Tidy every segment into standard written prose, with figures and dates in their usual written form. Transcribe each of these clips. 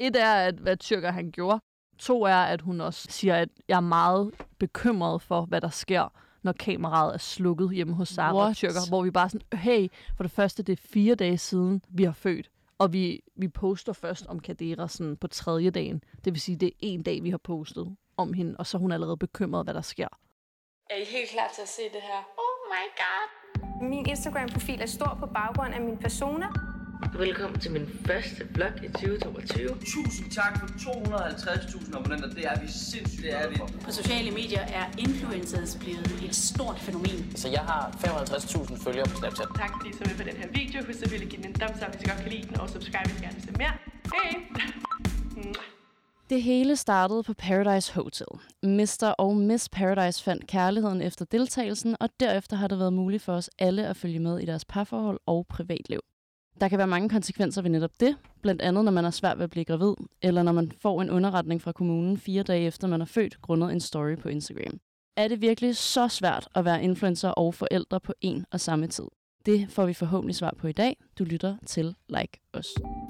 et er, at hvad Tyrker han gjorde. 2 er, at hun også siger, at jeg er meget bekymret for, hvad der sker, når kameraet er slukket hjemme hos Sara og Tyrker. Hvor vi bare sådan, hey, for det første, det er 4 dage siden, vi har født. Og vi poster først om Kadira sådan på 3. dagen. Det vil sige, det er 1 dag, vi har postet om hende, og så er hun allerede bekymret, hvad der sker. Er I helt klar til at se det her? Oh my god. Min Instagram-profil er stor på baggrund af min persona. Velkommen til min første vlog i 2022. Tusind tak for 250.000 abonnenter. Det er vi sindssygt. Det er vi. På sociale medier er influencers blevet et stort fænomen. Så jeg har 55.000 følgere på Snapchat. Tak fordi I så med på den her video. Husk selvfølgelig at give den en thumbs up, hvis I godt kan lide den. Og subscribe, hvis I gerne vil se mere. Hej! Det hele startede på Paradise Hotel. Mr. og Miss Paradise fandt kærligheden efter deltagelsen, og derefter har det været muligt for os alle at følge med i deres parforhold og privatliv. Der kan være mange konsekvenser ved netop det, blandt andet når man er svært ved at blive gravid, eller når man får en underretning fra kommunen 4 dage efter man er født, grundet en story på Instagram. Er det virkelig så svært at være influencer og forældre på en og samme tid? Det får vi forhåbentlig svar på i dag. Du lytter til Like Os.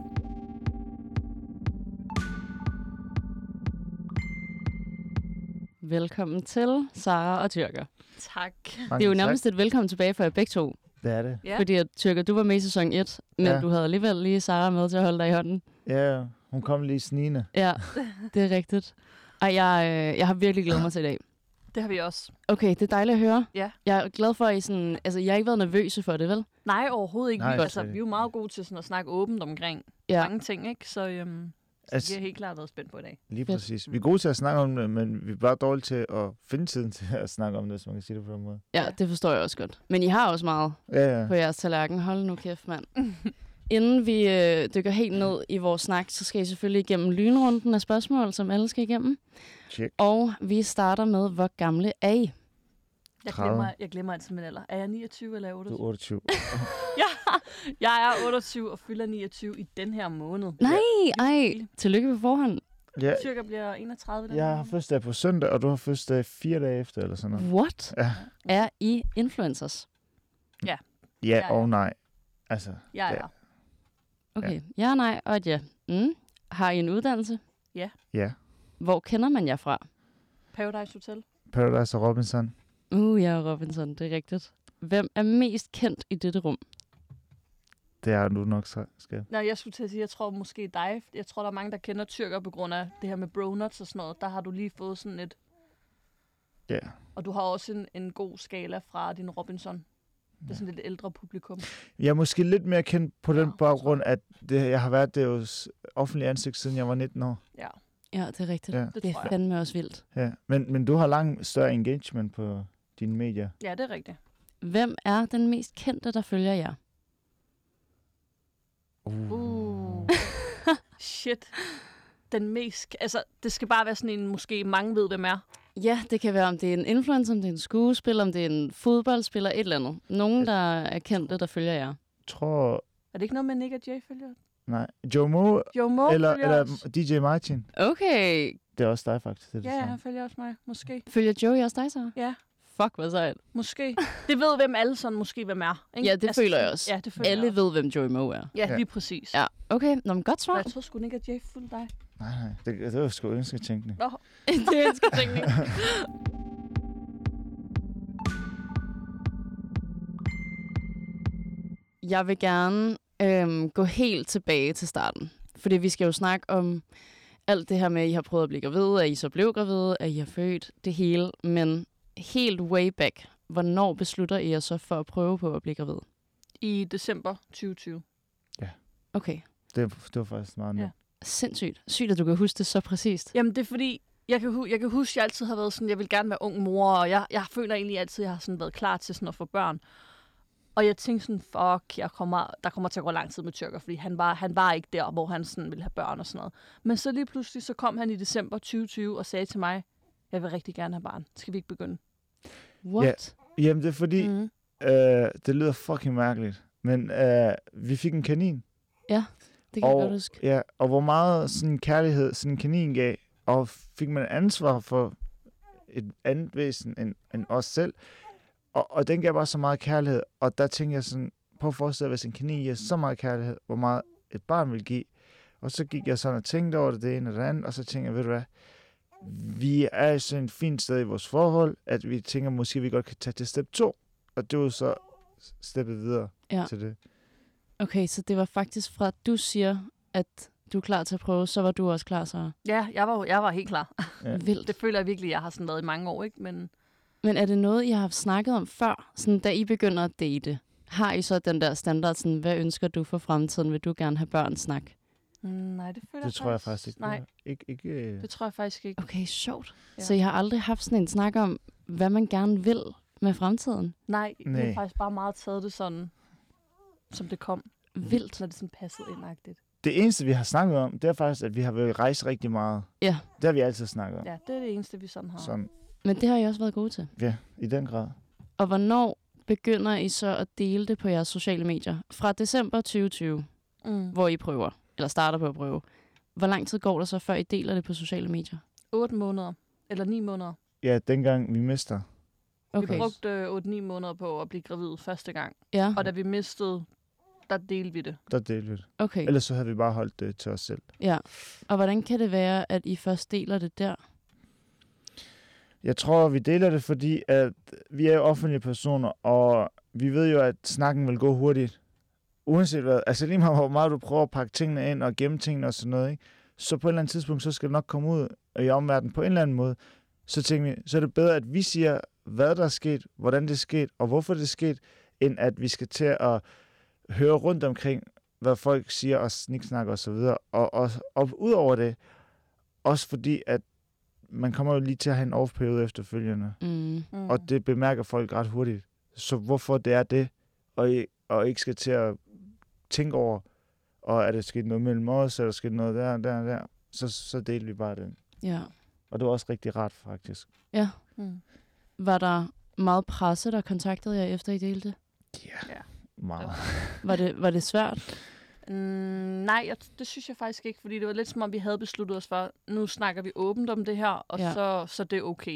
Velkommen til, Sara og Tyrker. Tak. Det er jo nærmest et velkommen tilbage for jer begge to. Det er det. Ja. Fordi at, Tyrker, du var med i sæson 1, men du havde alligevel lige Sara med til at holde dig i hånden. Ja, hun kom lige snigende. Ja, det er rigtigt. Og jeg har virkelig glædet mig til i dag. Det har vi også. Okay, det er dejligt at høre. Ja. Jeg er glad for, at I sådan... Altså, jeg har ikke været nervøse for det, vel? Nej, overhovedet ikke. Nej, Vi er jo meget gode til sådan at snakke åbent omkring mange ting, ikke? Så det har helt klart været spændt på i dag. Lige præcis. Vi er gode til at snakke om det, men vi er bare dårlige til at finde tiden til at snakke om det, så man kan sige det på den måde. Ja, det forstår jeg også godt. Men I har også meget på jeres tallerken. Hold nu kæft, mand. Inden vi dykker helt ned i vores snak, så skal I selvfølgelig igennem lynrunden af spørgsmål, som alle skal igennem. Check. Og vi starter med, hvor gamle er I? Jeg glemmer altid min alder. Er jeg 29 eller er jeg 28? Du er 28. Jeg er 28 og fylder 29 i den her måned. Nej, tillykke på forhånd. Ja. Cirka bliver 31. Jeg har fødselsdag på søndag, og du har fødselsdag 4 dage efter, eller sådan noget. What? Ja. Er I influencers? Ja. Ja og nej. Altså, jeg er. Okay, ja, nej og et ja. Har I en uddannelse? Ja. Ja. Hvor kender man jer fra? Paradise Hotel. Paradise og Robinson. Ja, Robinson, det er rigtigt. Hvem er mest kendt i dette rum? Det har du nok skal. Nej, jeg skulle til at sige, jeg tror måske dig. Jeg tror, der er mange, der kender Tyrker på grund af det her med bronuts og sådan noget. Der har du lige fået sådan et... Ja. Og du har også en god skala fra din Robinson. Det er sådan lidt ældre publikum. Jeg er måske lidt mere kendt på den baggrund, at jeg har været det hos offentlig ansigt, siden jeg var 19 år. Ja. Ja, det er rigtigt. Ja. Det er fandme også vildt. Ja, men du har langt større engagement på dine medier. Ja, det er rigtigt. Hvem er den mest kendte, der følger jer? Shit. Den mest... Altså, det skal bare være sådan en, måske mange ved, hvem er. Ja, det kan være, om det er en influencer, om det er en skuespiller, om det er en fodboldspiller, et eller andet. Nogen, der er kendte, der følger jer. Tror... Er det ikke noget med Nick og Jay følger? Nej. Joe Moe eller DJ Martin. Okay. Det er også dig, faktisk. Det han følger også mig. Måske. Følger Joey også dig så? Ja. Fuck, hvad sejt. Måske. Det ved hvem alle sådan måske, hvem er. Ikke? Ja, det føler jeg også. Ja, det føler alle ved, hvem Joey Moe er. Ja, lige præcis. Ja, okay. Nå, men godt svar. Jeg tror sgu Nick og Jay følger dig. Nej. Det var sgu ønsketænkning. Nå, det er ønsketænkning. Jeg vil gerne gå helt tilbage til starten. Fordi vi skal jo snakke om alt det her med, at I har prøvet at blive gravide, at I så blev gravide, at I har født det hele. Men helt way back, hvornår beslutter I jer så for at prøve på at blive gravid? I december 2020. Ja. Okay. Det var faktisk meget nemt. Ja. Sindssygt. Sygt, at du kan huske det så præcist. Jamen, det er fordi, jeg kan huske, at jeg altid har været sådan, jeg vil gerne være ung mor, og jeg føler egentlig altid, at jeg har sådan været klar til sådan at få børn. Og jeg tænkte sådan, fuck, der kommer til at gå lang tid med Tyrker, fordi han var ikke der, hvor han sådan ville have børn og sådan noget. Men så lige pludselig, så kom han i december 2020 og sagde til mig, jeg vil rigtig gerne have barn. Skal vi ikke begynde? What? Ja, jamen, det er fordi, det lyder fucking mærkeligt, men vi fik en kanin. Ja, det kan jeg godt huske. Ja, og hvor meget sådan kærlighed sådan en kanin gav, og fik man ansvar for et andet væsen end os selv. Og den gav bare så meget kærlighed, og der tænkte jeg sådan, på at forestille, hvis en kanin giver så meget kærlighed, hvor meget et barn vil give. Og så gik jeg sådan og tænkte over det ene og det andet, og så tænkte jeg, ved du hvad, vi er sådan et fint sted i vores forhold, at vi tænker, måske vi godt kan tage til step 2. Og det var så steppet videre til det. Okay, så det var faktisk fra, at du siger, at du er klar til at prøve, så var du også klar, så? Ja, jeg var helt klar. Ja. Vildt. Det føler jeg virkelig, jeg har sådan været i mange år, ikke? Men er det noget, I har snakket om før, sådan, da I begynder at date? Har I så den der standard, sådan, hvad ønsker du for fremtiden? Vil du gerne have børn-snak? Nej, det føler Det tror jeg faktisk ikke. Nej, ikke. det tror jeg faktisk ikke. Okay, sjovt. Ja. Så I har aldrig haft sådan en snak om, hvad man gerne vil med fremtiden? Nej, det er faktisk bare meget taget det sådan, som det kom. Vildt. Når det sådan passede indagtigt. Det eneste, vi har snakket om, det er faktisk, at vi har været rejse rigtig meget. Ja. Det har vi altid snakket om. Ja, det er det eneste, vi sådan har. Sådan. Men det har I også været gode til. Ja, i den grad. Og hvornår begynder I så at dele det på jeres sociale medier? Fra december 2020, hvor I prøver, eller starter på at prøve. Hvor lang tid går der så, før I deler det på sociale medier? 8 måneder. Eller 9 måneder. Ja, dengang vi mister. Okay. Vi brugte 8-9 måneder på at blive gravid første gang. Ja. Og da vi mistede, der delte vi det. Der delte vi det. Okay. Ellers så havde vi bare holdt det til os selv. Ja. Og hvordan kan det være, at I først deler det der? Jeg tror, vi deler det, fordi at vi er offentlige personer, og vi ved jo, at snakken vil gå hurtigt. Uanset hvad. Altså lige meget, hvor meget du prøver at pakke tingene ind og gemme tingene og sådan noget, ikke? Så på et eller andet tidspunkt, så skal det nok komme ud i omverdenen på en eller anden måde. Så tænker vi, så er det bedre, at vi siger, hvad der er sket, hvordan det er sket, og hvorfor det er sket, end at vi skal til at høre rundt omkring, hvad folk siger og sniksnakker og så videre. Og ud over det, også fordi, at man kommer jo lige til at have en off-periode efterfølgende. Og det bemærker folk ret hurtigt. Så hvorfor det er det, og ikke skal til at tænke over, og er der sket noget mellem os, er der sket noget der, så delte vi bare det. Ja. Og det var også rigtig rart, faktisk. Ja. Var der meget presse, der kontaktede jer, efter I delte? Ja. Meget. Var det svært? Nej, det synes jeg faktisk ikke, fordi det var lidt som om, vi havde besluttet os for, nu snakker vi åbent om det her, og så det er okay.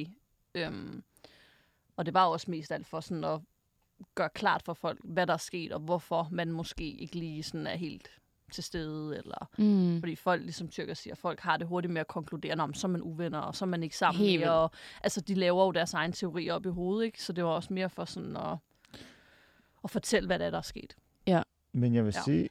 Og det var også mest alt for sådan at gøre klart for folk, hvad der er sket, og hvorfor man måske ikke lige sådan er helt til stede, eller fordi folk, ligesom Tyrker siger, folk har det hurtigt med at konkludere, om så er man uvenner, og så er man ikke sammen mere, og altså de laver jo deres egen teorier op i hovedet, ikke? Så det var også mere for sådan at fortælle, hvad der er sket. Ja. Men jeg vil sige,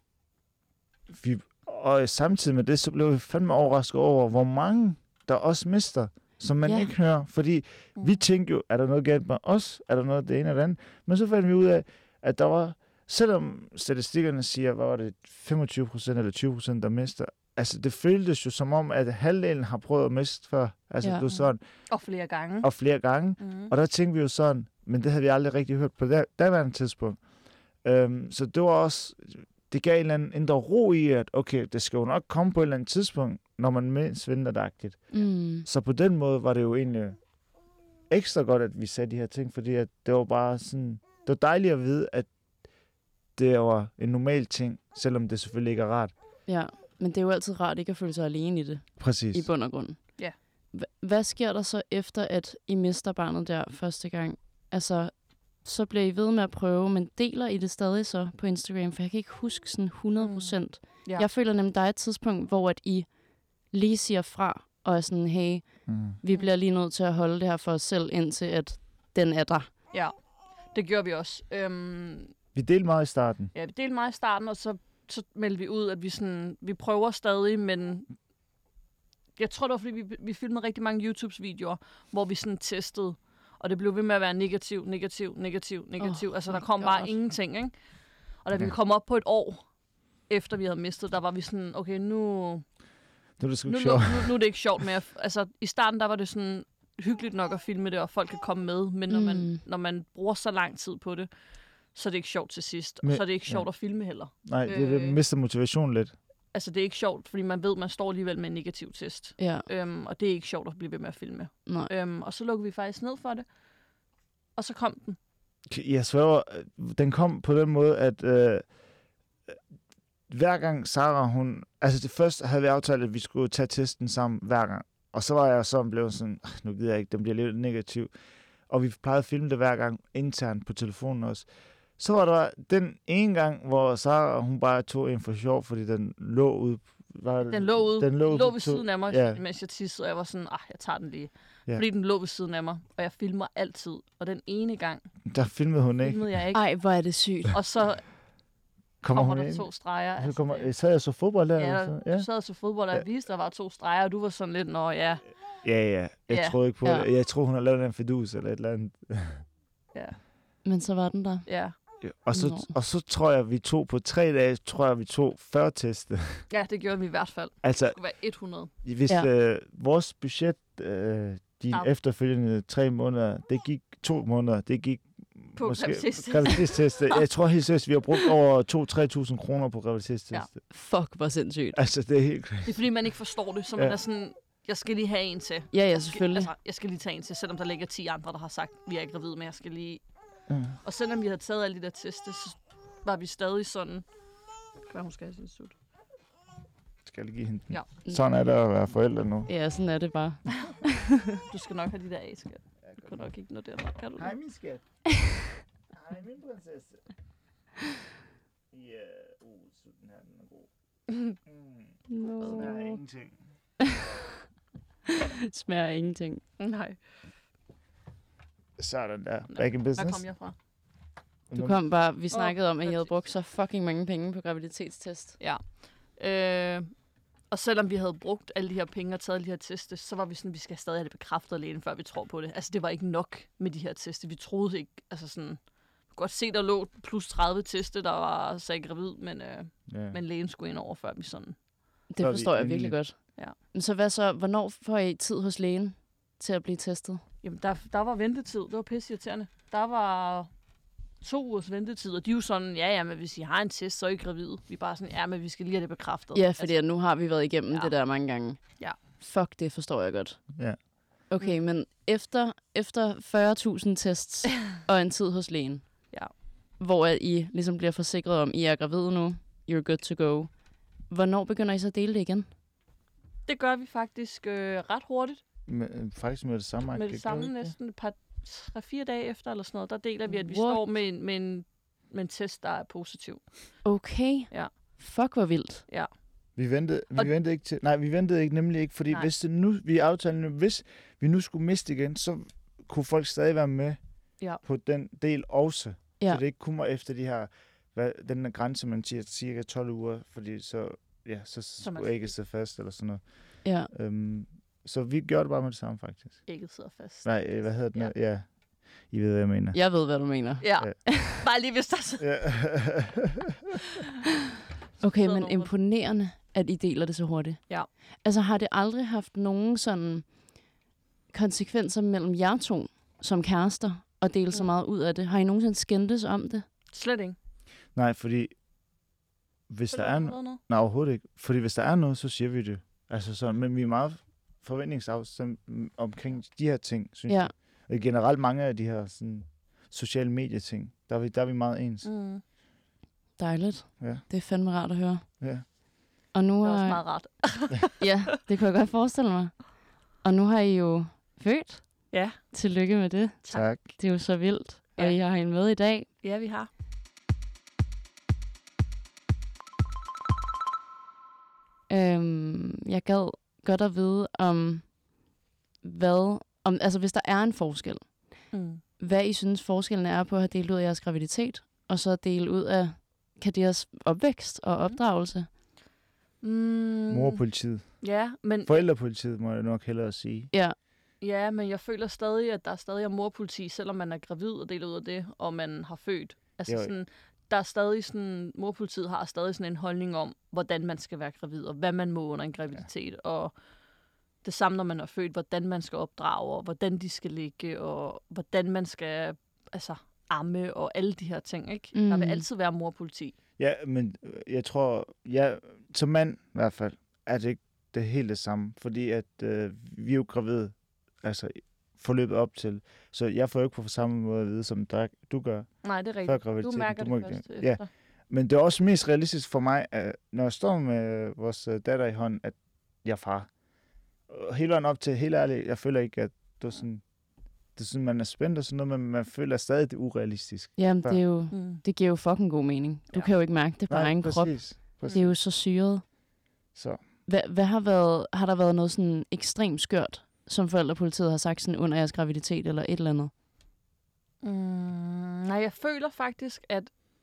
og samtidig med det, så blev vi fandme overrasket over, hvor mange der også mister, som man ikke hører. Fordi vi tænkte jo, er der noget galt med os? Er der noget det ene eller andet? Men så fandt vi ud af, at der var, selvom statistikkerne siger, hvad var det, 25% eller 20%, der mister. Altså, det føltes jo som om, at halvdelen har prøvet at miste før. Altså, det var sådan. Og flere gange. Og der tænkte vi jo sådan, men det havde vi aldrig rigtig hørt på daværende tidspunkt. Så det var også, det gav en eller anden indre ro i, at okay, det skal jo nok komme på et eller andet tidspunkt, når man mindst venterdagtigt. Så på den måde var det jo egentlig ekstra godt, at vi sagde de her ting, fordi at det var bare sådan, det var dejligt at vide, at det var en normal ting, selvom det selvfølgelig ikke er rart. Ja, men det er jo altid rart ikke at føle sig alene i det. Præcis. I bund og grund. Ja. Hvad sker der så efter, at I mister barnet der første gang? Altså, så bliver I ved med at prøve, men deler I det stadig så på Instagram? For jeg kan ikke huske sådan 100%. Ja. Jeg føler nemlig, der er et tidspunkt, hvor at I lige siger fra, og er sådan, hey, vi bliver lige nødt til at holde det her for os selv, indtil at den er der. Ja, det gjorde vi også. Vi delte meget i starten. Ja, vi delte meget i starten, og så meldte vi ud, at vi prøver stadig, men jeg tror det var, fordi vi filmede rigtig mange YouTubes-videoer, hvor vi sådan testede, og det blev ved med at være negativ. Altså, der kom bare ingenting, ikke? Og da vi kom op på et år, efter vi havde mistet, der var vi sådan, okay, nu er det ikke sjovt mere. Altså, i starten, der var det sådan hyggeligt nok at filme det, og folk kan komme med, men når man bruger så lang tid på det, så er det ikke sjovt til sidst. Og så er det ikke sjovt at filme heller. Nej, det mister motivation lidt. Altså, det er ikke sjovt, fordi man ved, at man står alligevel med en negativ test. Ja. Og det er ikke sjovt at blive ved med at filme. Og så lukkede vi faktisk ned for det. Og så kom den. Jeg sværger, den kom på den måde, at hver gang Sarah, hun... Altså, det første havde vi aftalt, at vi skulle tage testen sammen hver gang. Og så var jeg sådan blevet sådan, nu gider jeg ikke, den bliver lidt negativ. Og vi plejede at filme det hver gang internt på telefonen også. Så var der den ene gang, hvor Sarah, hun bare tog en for sjov, fordi den lå ude Den lå ude. Den lå ved siden af mig, ja. mens jeg tissede, og jeg var sådan, jeg tager den lige. Ja. Fordi den lå ved siden af mig, og jeg filmer altid. Og den ene gang Der filmede hun ikke. filmede jeg ikke. Ej, hvor er det sygt. Og så Kommer kommer hun der ind? 2 streger. Sad jeg så fodbold der? Ja, eller så? du sad så fodbold, og jeg viste, der var 2 streger, og du var sådan lidt, ja. Ja. Jeg troede ikke på det. Jeg tror, hun har lavet en fidus eller et eller andet. Ja. Men så var den der. Ja. Og så tror jeg, vi tog på 3 dage, 40 teste. Ja, det gjorde vi i hvert fald. Altså, det skulle være 100. Hvis vores budget de efterfølgende 3 måneder, det gik 2 måneder, det gik på graviditetsteste. Jeg tror helt seriøst, vi har brugt over 2-3.000 kroner på graviditetsteste. Ja. Fuck, hvor sindssygt. Altså, det er helt crazy. Det er fordi, man ikke forstår det, så man er sådan, jeg skal lige have en til. Ja, selvfølgelig. Jeg skal lige tage en til, selvom der ligger 10 andre, der har sagt, vi er ikke gravide, men jeg skal lige... Og selvom vi havde taget alle de der teste, så var vi stadig sådan... Hvad hun skal have sin sut. Skal jeg lige give hende den? Ja. Sådan er det at være forældre nu. Ja, sådan er det bare. Du skal nok have de der A-skat. Du kan nok ikke nå der. Kan du? Hej, min skat. Hej, min prinsesse. Ja, sutten her, den er god. Smager ingenting. Smager ingenting. Nej. Sådan der. Back in business. Hvor kom jeg fra? Du kom bare, vi snakkede om, at I havde brugt så fucking mange penge på graviditetstest. Ja. Og selvom vi havde brugt alle de her penge og taget alle de her teste, så var vi sådan, vi skal stadig have det bekræftet alene, før vi tror på det. Altså, det var ikke nok med de her teste. Vi troede ikke, altså sådan... Du kan godt se, der lå plus 30 teste, der var sagde gravid, men lægen skulle ind over, før vi sådan... Det forstår jeg virkelig godt. Ja. Men så hvad så? Hvornår får I tid hos lægen til at blive testet? Jamen, der var ventetid. Det var pisseirriterende. Der var 2 ugers ventetid, og de er jo sådan, men hvis I har en test, så er I gravide. Vi er bare sådan, men vi skal lige have det bekræftet. Ja, fordi nu har vi været igennem det der mange gange. Ja. Fuck, det forstår jeg godt. Ja. Okay, men efter 40.000 tests og en tid hos lægen, hvor I ligesom bliver forsikret om, I er gravide nu, you're good to go. Hvornår begynder I så at dele det igen? Det gør vi faktisk ret hurtigt. Faktisk med det samme. Med det samme næsten et par 3-4 dage efter eller sådan noget. Der deler vi, at vi står med en test, der er positiv. Okay. Ja. Fuck, hvor vildt. Ja. Vi ventede ikke, nemlig ikke, fordi hvis det nu, vi aftalte nu, hvis vi nu skulle miste igen, så kunne folk stadig være med på den del også. Ja. Så det ikke kommer efter de her, den der grænse, man siger, cirka 12 uger, fordi så skulle ægget sidde fast eller sådan noget. Ja. Så vi gjorde det bare med det samme, faktisk. Ægget sidder fast. Nej, hvad hedder den? Ja. I ved, hvad jeg mener. Jeg ved, hvad du mener. Ja. Bare lige hvis der så... Okay, men imponerende, at I deler det så hurtigt. Ja. Altså, har det aldrig haft nogen sådan konsekvenser mellem jer to som kærester at dele så meget ud af det? Har I nogensinde skændtes om det? Slet ikke. Nej, fordi hvis der er noget... Nej, overhovedet ikke. Fordi hvis der er noget, så siger vi det. Altså sådan, men vi er meget forventningsafstemt omkring de her ting, synes jeg. Og generelt mange af de her sådan, sociale medieting, der er vi meget ens. Mm. Dejligt. Ja. Det er fandme rart at høre. Ja. Og nu det er også meget rart. Ja, det kunne jeg godt forestille mig. Og nu har I jo født. Ja. Tillykke med det. Tak. Det er jo så vildt. Og I har hende med i dag. Ja, vi har. Jeg gad godt at vide altså hvis der er en forskel, hvad I synes forskellen er på at have delt ud af jeres graviditet, og så dele ud af Kadias opvækst og opdragelse? Morpolitiet. Ja, men... Forældrepolitiet, må jeg nok hellere sige. Ja. Ja, men jeg føler stadig, at der stadig er morpoliti, selvom man er gravid og deler ud af det, og man har født. Altså sådan... Der er stadig sådan, morpolitiet har stadig sådan en holdning om, hvordan man skal være gravid, og hvad man må under en graviditet, og det samme, når man er født, hvordan man skal opdrage, og hvordan de skal ligge, og hvordan man skal amme, og alle de her ting, ikke? Der vil altid være morpoliti. Ja, men jeg tror, som mand i hvert fald, er det ikke det helt det samme, fordi at vi er jo gravide, altså forløbet op til. Så jeg får jo ikke på samme måde at vide, som du gør. Nej, det er rigtigt. Du mærker det først efter. Ja. Men det er også mest realistisk for mig, at når jeg står med vores datter i hånden, at jeg er far. Hele vejen op til, helt ærligt, jeg føler ikke, at det er sådan, man er spændt og sådan noget, men man føler stadig, det er urealistisk. Jamen, det er jo, det giver jo fucking god mening. Du kan jo ikke mærke det på egen krop. Præcis. Det er jo så syret. Så. Hvad har der været noget sådan ekstremt skørt, som forældrepolitiet har sagt sådan under jeres graviditet eller et eller andet? Nej, jeg føler faktisk, at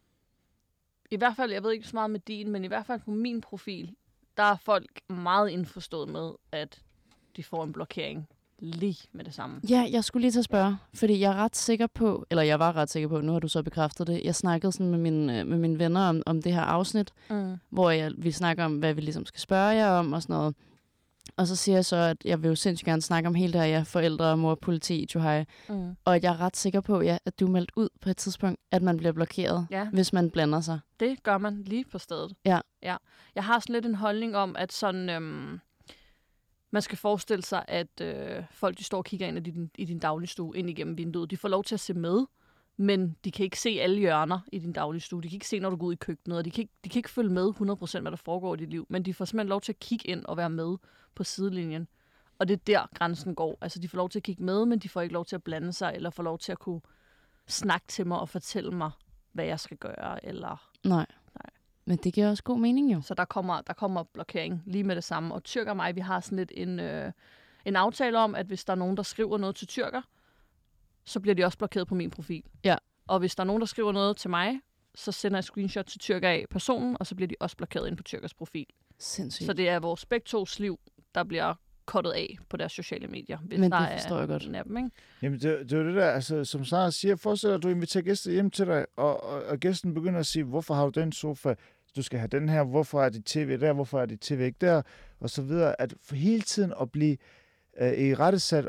i hvert fald, jeg ved ikke så meget med din, men i hvert fald på min profil, der er folk meget indforstået med, at de får en blokering lige med det samme. Ja, jeg skulle lige til at spørge, fordi jeg var ret sikker på, nu har du så bekræftet det, jeg snakkede sådan med mine venner om det her afsnit, hvor vi snakker om, hvad vi ligesom skal spørge jer om og sådan noget. Og så siger jeg så, at jeg vil jo sindssygt gerne snakke om hele det her, forældre, mor, politi, Johai. Og at jeg er ret sikker på, at du meldte ud på et tidspunkt, at man bliver blokeret, hvis man blander sig. Det gør man lige på stedet. Ja. Jeg har sådan lidt en holdning om, at sådan, man skal forestille sig, at folk, de står og kigger ind i din dagligstue, ind igennem vinduet. De får lov til at se med, men de kan ikke se alle hjørner i din dagligstue. De kan ikke se, når du går ud i køkkenet, og de kan ikke følge med 100% hvad der foregår i dit liv. Men de får simpelthen lov til at kigge ind og være med på sidelinjen. Og det er der, grænsen går. Altså, de får lov til at kigge med, men de får ikke lov til at blande sig, eller får lov til at kunne snakke til mig og fortælle mig, hvad jeg skal gøre, eller... Nej. Men det giver også god mening, jo. Så der kommer blokering lige med det samme. Og Tyrker og mig, vi har sådan lidt en aftale om, at hvis der er nogen, der skriver noget til Tyrker, så bliver de også blokeret på min profil. Ja. Og hvis der er nogen, der skriver noget til mig, så sender jeg screenshot til Tyrker af personen, og så bliver de også blokeret ind på Tyrkers profil. Sindssygt. Så det er vores begge tos liv, der bliver kottet af på deres sociale medier. Hvis men der det forstår jeg godt. Dem, ikke? Jamen, det er jo det der, altså, som Sara siger, forestil dig, at du inviterer gæster hjem til dig, og gæsten begynder at sige, hvorfor har du den sofa? Du skal have den her, hvorfor er dit tv der, hvorfor er dit tv ikke der, og så videre. At for hele tiden at blive i rettesat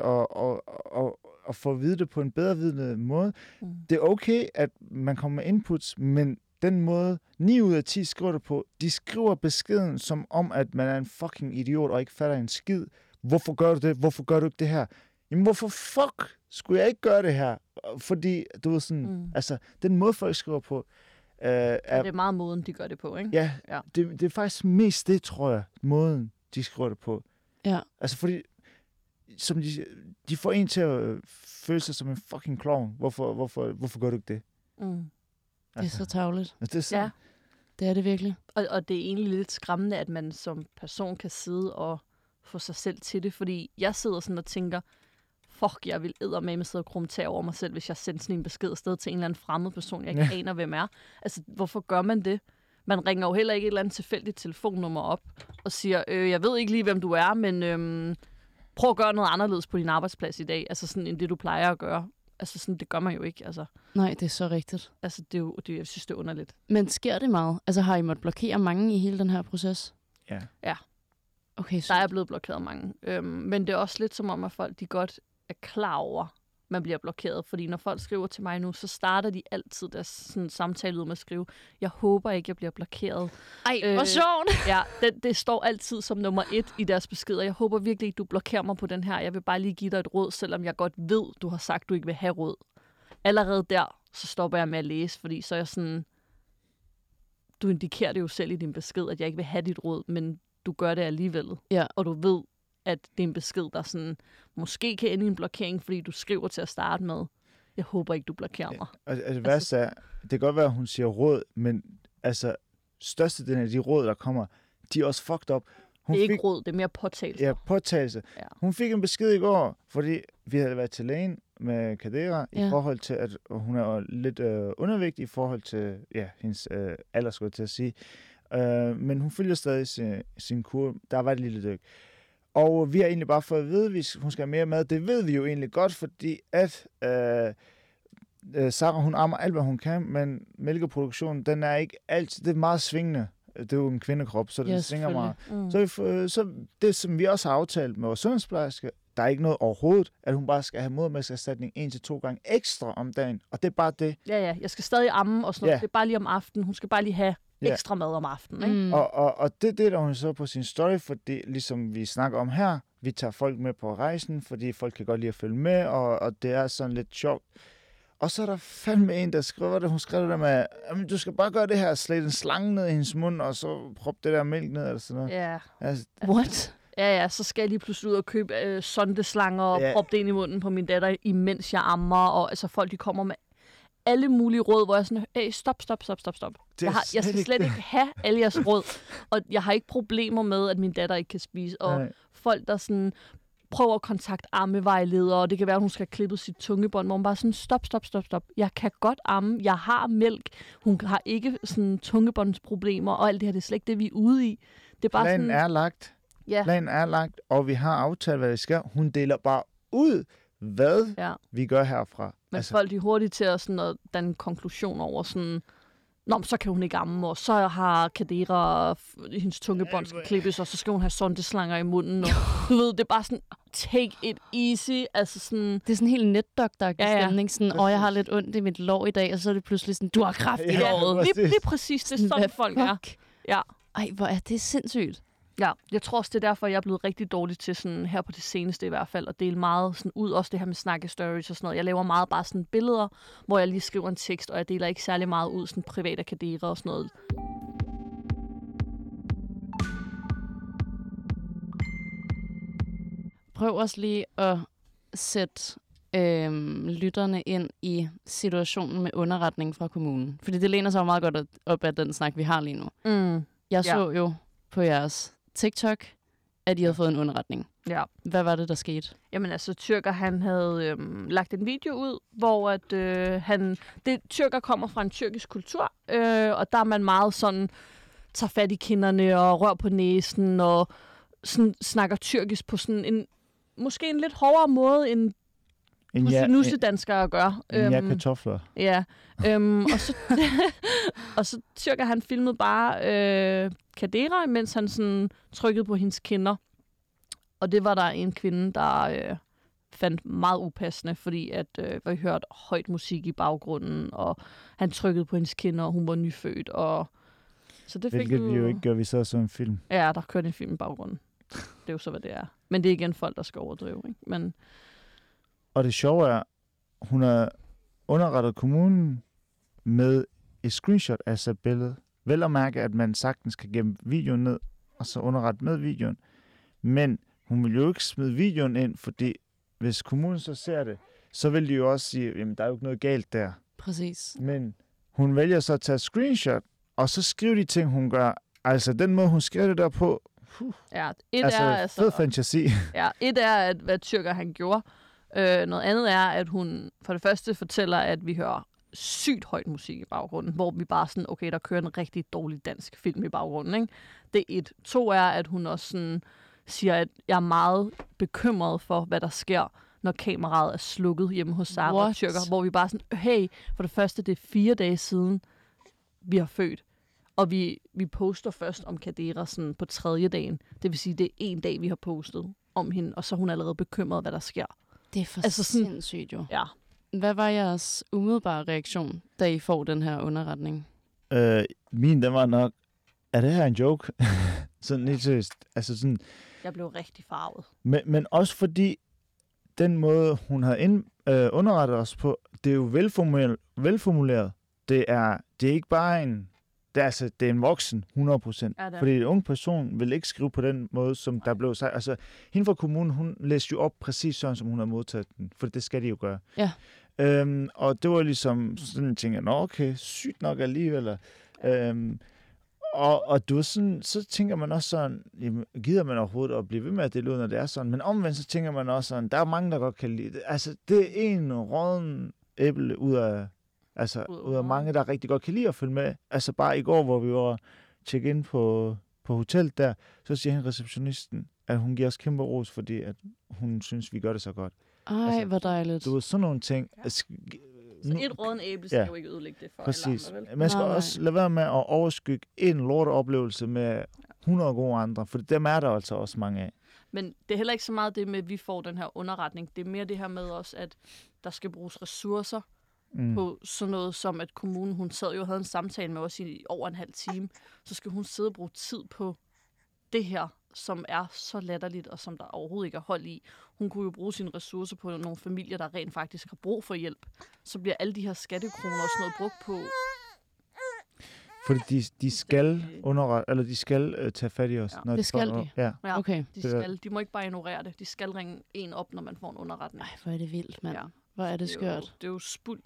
og få at vide det på en bedre vidende måde. Det er okay, at man kommer med inputs, men den måde 9 ud af 10 skriver det på, de skriver beskeden som om, at man er en fucking idiot og ikke fatter en skid. Hvorfor gør du det? Hvorfor gør du ikke det her? Jamen, hvorfor fuck skulle jeg ikke gøre det her? Fordi, du ved sådan, altså, den måde folk skriver på, det er meget måden, de gør det på, ikke? Ja. Det er faktisk mest det, tror jeg, måden, de skriver det på. Ja. Altså, fordi, som de får en til at føle sig som en fucking klovn. Hvorfor gør du ikke det? Det er så tarveligt. Det er så... Ja. Det er det virkelig. Og det er egentlig lidt skræmmende, at man som person kan sidde og få sig selv til det, fordi jeg sidder sådan og tænker, fuck, jeg vil eddermame sidde og krumtage over mig selv, hvis jeg sender sådan en besked afsted til en eller anden fremmed person, jeg ikke aner, hvem er. Altså, hvorfor gør man det? Man ringer jo heller ikke et eller andet tilfældigt telefonnummer op og siger, jeg ved ikke lige, hvem du er, men prøv at gøre noget anderledes på din arbejdsplads i dag, altså sådan end det, du plejer at gøre. Altså sådan, det gør man jo ikke, altså. Nej, det er så rigtigt. Altså, det er jo, jeg synes, det er underligt. Men sker det meget? Altså, har I måttet blokere mange i hele den her proces? Ja. Okay, der er blevet blokeret mange. Men det er også lidt som om, at folk de godt er klar over, man bliver blokeret. Fordi når folk skriver til mig nu, så starter de altid deres sådan, samtale ud med at skrive, jeg håber ikke, jeg bliver blokeret. Ej, hvor sjovt! Ja, det står altid som nummer 1 i deres beskeder. Jeg håber virkelig ikke, du blokerer mig på den her. Jeg vil bare lige give dig et råd, selvom jeg godt ved, du har sagt, du ikke vil have råd. Allerede der, så stopper jeg med at læse, fordi så er jeg sådan, du indikerer det jo selv i din besked, at jeg ikke vil have dit råd, men du gør det alligevel. Ja. Og du ved, at det er en besked, der sådan, måske kan ende i en blokering, fordi du skriver til at starte med, jeg håber ikke, du blokerer mig. Altså, værste er, det kan godt være, at hun siger råd, men altså, størstedelen af de råd, der kommer, de er også fucked up. Det er ikke råd, det er mere påtagelse. Ja, påtagelse. Ja. Hun fik en besked i går, fordi vi havde været til lægen med Kadera, i forhold til, at hun er lidt undervægtig i forhold til hendes alder, skulle jeg til at sige. Men hun følger stadig sin kur. Der var et lille dyk. Og vi har egentlig bare fået at vide, at hun skal have mere mad. Det ved vi jo egentlig godt, fordi at Sara, hun ammer alt, hvad hun kan, men mælkeproduktionen, den er ikke altid, det er meget svingende. Det er jo en kvindekrop, så det svinger meget. Så det, som vi også har aftalt med vores sundhedsplejerske, der er ikke noget overhovedet, at hun bare skal have modermælkserstatning 1 til 2 gange ekstra om dagen. Og det er bare det. Ja, jeg skal stadig amme og sådan noget. Det er bare lige om aftenen. Hun skal bare lige have ekstra mad om aftenen. Ikke? Og det der hun så på sin story, fordi ligesom vi snakker om her, vi tager folk med på rejsen, fordi folk kan godt lide at følge med, og det er sådan lidt sjovt. Og så er der fandme en, der skriver det. Hun skrev det med, du skal bare gøre det her, slæde en slange ned i hendes mund, og så proppe det der mælk ned, eller sådan noget. Ja. Altså, what? Ja, så skal jeg lige pludselig ud og købe sondeslanger og proppe det ind i munden på min datter, imens jeg ammer. Og altså folk, de kommer med alle mulige råd, hvor jeg sådan, hey, stop. Jeg skal slet ikke have alle jeres råd. Og jeg har ikke problemer med, at min datter ikke kan spise. Og folk, der sådan prøver at kontakte ammevejledere, og det kan være, at hun skal have klippet sit tungebånd, hvor hun bare sådan, stop. Jeg kan godt amme. Jeg har mælk. Hun har ikke sådan tungebåndsproblemer, og alt det her, det er slet ikke det, vi er ude i. Det er bare Planen sådan, er lagt. Ja. Planen er lagt, og vi har aftalt, hvad vi skal. Hun deler bare ud, hvad vi gør herfra. Men folk er hurtigt til at danne konklusion over sådan, så kan hun ikke amme, og så har Kadira hendes tungebånd skal klippes, og så skal hun have sondeslanger i munden. Og, du ved, det er bare sådan, take it easy. Altså sådan, det er sådan helt netdoktor-agtig stemning. Sådan, jeg har lidt ondt i mit lår i dag, og så er det pludselig sådan, du har kræft i låret. Lige præcis, det er sådan, folk er. Ja. Ej, hvor er det sindssygt. Ja, jeg tror også, det er derfor, jeg er blevet rigtig dårlig til sådan, her på det seneste i hvert fald, at dele meget sådan ud, også det her med snakkestories og sådan noget. Jeg laver meget bare sådan billeder, hvor jeg lige skriver en tekst, og jeg deler ikke særlig meget ud, sådan privat akadere og sådan noget. Prøv også lige at sætte lytterne ind i situationen med underretning fra kommunen. Fordi det læner sig jo meget godt op af den snak, vi har lige nu. Jeg så jo på jeres TikTok, at I havde fået en underretning. Ja. Hvad var det, der skete? Jamen altså, Tyrker, han havde lagt en video ud, hvor at Tyrker kommer fra en tyrkisk kultur, og der er man meget sådan, tager fat i kinderne og rør på næsen, og sådan, snakker tyrkisk på sådan måske en lidt hårdere måde, end nussedanskere gør. Kartofler. Ja. Og så Tyrker, han filmede bare Kadira, mens han sådan trykkede på hendes kinder. Og det var der en kvinde, der fandt meget upassende, fordi at vi hørte højt musik i baggrunden, og han trykkede på hendes kinder, og hun var nyfødt. Og så det hvilket vi jo ikke gør, vi så en film. Ja, der kørte en film i baggrunden. Det er jo så, hvad det er. Men det er igen folk, der skal overdrive, ikke? Men og det sjove er, hun har underrettet kommunen med et screenshot af sit billede. Vel at mærke, at man sagtens kan gemme videoen ned, og så underrette med videoen. Men hun vil jo ikke smide videoen ind, fordi hvis kommunen så ser det, så vil de jo også sige, jamen der er jo ikke noget galt der. Præcis. Men hun vælger så at tage screenshot, og så skriver de ting, hun gør. Altså den måde, hun skriver det der på. Ja, fed fantasi. Ja, et er, hvad Tyrker han gjorde. Noget andet er, at hun for det første fortæller, at vi hører sygt højt musik i baggrunden, hvor vi bare sådan, okay, der kører en rigtig dårlig dansk film i baggrunden, ikke? Det er 1. 2 er, at hun også sådan siger, at jeg er meget bekymret for, hvad der sker, når kameraet er slukket hjemme hos Sarah Tyrker, hvor vi bare sådan, hey, for det første, det er 4 dage siden, vi har født. Og vi poster først om Kadira sådan på 3. dagen. Det vil sige, det er 1 dag, vi har postet om hende, og så er hun allerede bekymret, hvad der sker. Det er for sindssygt jo. Ja. Hvad var jeres umiddelbare reaktion, da I får den her underretning? Min, den var nok, er det her en joke? Sådan lidt seriøst. Altså sådan. Jeg blev rigtig farvet. Men også fordi, den måde, hun havde underrettet os på, det er jo velformuleret. Det er ikke bare en. Det er en voksen, 100%. Ja, fordi en ung person vil ikke skrive på den måde, som der blev sagt. Altså, hende fra kommunen, hun læste jo op præcis sådan, som hun har modtaget den. For det skal de jo gøre. Ja. Og det var ligesom sådan en ting, okay, sygt nok alligevel. Og du sådan, så tænker man også sådan, jamen, gider man overhovedet at blive ved med at dele ud, når det er sådan. Men omvendt, så tænker man også sådan, der er mange, der godt kan lide det. Altså, det er en rådden æble ud af mange, der rigtig godt kan lide at følge med. Altså bare i går, hvor vi var tjekke ind på hotellet der, så siger hende receptionisten, at hun giver os kæmpe ros, fordi at hun synes, vi gør det så godt. Ej, hvor dejligt. Du ved, sådan nogle ting. Ja. Så et rådden æble skal jo ikke ødelægge det for præcis. alle andre, vel? Man skal også lade være med at overskygge en lorteoplevelse med 100 gode andre, for dem er der altså også mange af. Men det er heller ikke så meget det med, at vi får den her underretning. Det er mere det her med også, at der skal bruges ressourcer på sådan noget som, at kommunen, hun sad jo og havde en samtale med os i over en halv time, så skal hun sidde og bruge tid på det her, som er så latterligt, og som der overhovedet ikke er hold i. Hun kunne jo bruge sine ressourcer på nogle familier, der rent faktisk har brug for hjælp. Så bliver alle de her skattekroner og sådan noget brugt på. Fordi de skal de skal tage fat i os. Ja. Når det skal de? Ja. Okay. De må ikke bare ignorere det. De skal ringe en op, når man får en underretning. Ej, hvor er det vildt, mand. Ja. Hvor er det skørt. Det er jo spild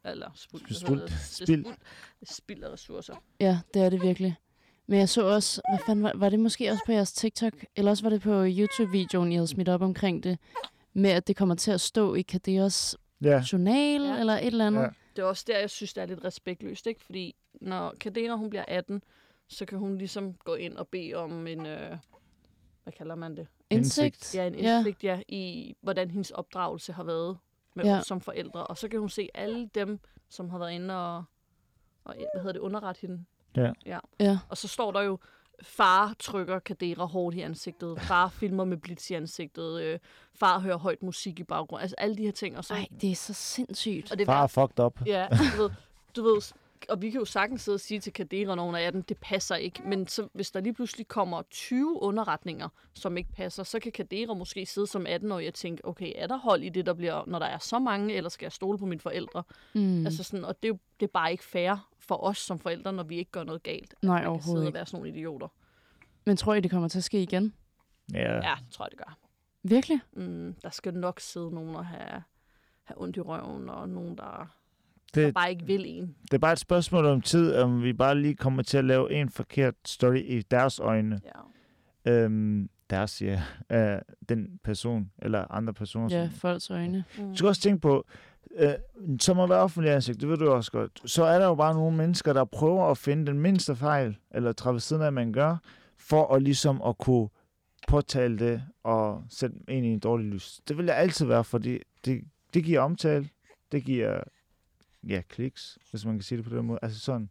af ressourcer. Ja, det er det virkelig. Men jeg så også, hvad fanden var det måske også på jeres TikTok, eller også var det på YouTube-videoen, I havde smidt op omkring det, med at det kommer til at stå i Kaderas journal, eller et eller andet. Ja. Det er også der, jeg synes, det er lidt respektløst, ikke? Fordi når Kadera, hun bliver 18, så kan hun ligesom gå ind og bede om en, hvad kalder man det? Indsigt. Ja, en indsigt, i hvordan hendes opdragelse har været med som forældre. Og så kan hun se alle dem, som har været inde og underrette hende. Ja. Og så står der jo, far trykker Kadera hårdt i ansigtet, far filmer med blitz i ansigtet, far hører højt musik i baggrunden. Altså alle de her ting. Og så, det er så sindssygt. Og det far er fucked up. Ja, du ved, og vi kan jo sagtens sidde og sige til Kadera, når hun er 18, det passer ikke. Men så, hvis der lige pludselig kommer 20 underretninger, som ikke passer, så kan Kadera måske sidde som 18-årig og tænke, okay, er der hold i det, der bliver, når der er så mange, eller skal jeg stole på mine forældre? Altså sådan, og det er bare ikke fair for os som forældre, når vi ikke gør noget galt. Nej, overhovedet ikke. At være sådan nogle idioter. Men tror I, det kommer til at ske igen? Ja, det tror jeg, det gør. Virkelig? Der skal nok sidde nogen og have ondt i røven, og nogen, der bare ikke vil en. Det er bare et spørgsmål om tid, om vi bare lige kommer til at lave en forkert story i deres øjne. Ja. Deres, den person, eller andre personer. Ja, folks øjne. Du skal også tænke på, som at være offentlig ansigt, det ved du også godt, så er der jo bare nogle mennesker, der prøver at finde den mindste fejl, eller træde ved siden af, man gør, for at ligesom at kunne påtale det, og sætte en i en dårlig lys. Det vil jeg altid være, fordi det giver omtale, det giver kliks, hvis man kan sige det på den måde. Altså sådan.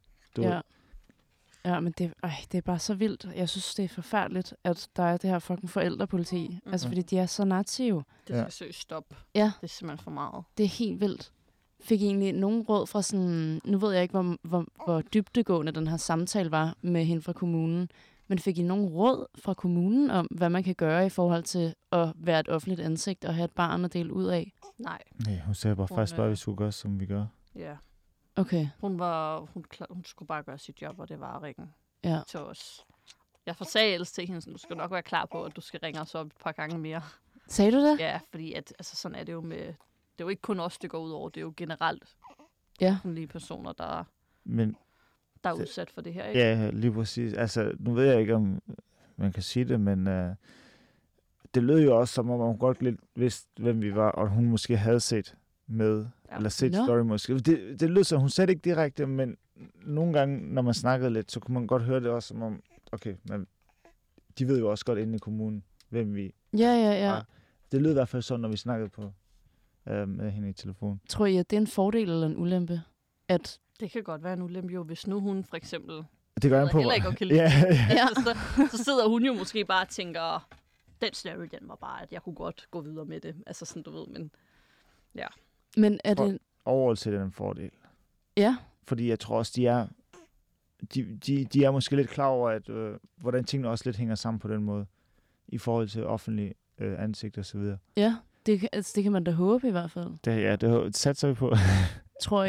Ja, men det er bare så vildt. Jeg synes, det er forfærdeligt, at der er det her fucking forældrepoliti. Altså, fordi de er så native. Det skal seriøst stoppe. Ja. Det er simpelthen for meget. Det er helt vildt. Fik I egentlig nogen råd fra sådan... Nu ved jeg ikke, hvor dybdegående den her samtale var med hende fra kommunen. Men fik I nogen råd fra kommunen om, hvad man kan gøre i forhold til at være et offentligt ansigt og have et barn at dele ud af? Nej. Nej, hun sagde faktisk bare, at vi skulle gøre, som vi gør. Ja. Okay. Hun skulle bare gøre sit job, og det var ringen til os. Jeg forsagde ellers til hende, du skal nok være klar på, at du skal ringe os op et par gange mere. Sagde du det? Ja, fordi sådan er det jo med... Det er jo ikke kun os, det går ud over. Det er jo generelt lige personer, der er udsat for det her, ikke? Ja, lige præcis. Altså, nu ved jeg ikke, om man kan sige det, men det lød jo også, som om hun godt lidt vidste, hvem vi var, og hun måske havde set med, eller set story måske. Det lød så, hun sagde det ikke direkte, men nogle gange, når man snakkede lidt, så kunne man godt høre det også, som om, okay, men de ved jo også godt inde i kommunen, hvem vi var. Det lød i hvert fald sådan, når vi snakkede på med hende i telefon. Tror I, at det er en fordel eller en ulempe? Det kan godt være en ulempe jo, hvis nu hun for eksempel det gør heller ikke kan lide så sidder hun jo måske bare og tænker, den story, den var bare, at jeg kunne godt gå videre med det. Altså sådan, du ved, men ja. Men er det... Overholdt til en fordel. Ja. Fordi jeg tror også, de er måske lidt klar over, at hvordan tingene også lidt hænger sammen på den måde, i forhold til offentlige ansigt og så videre. Ja, det kan man da håbe i hvert fald. Det satser vi på. Tror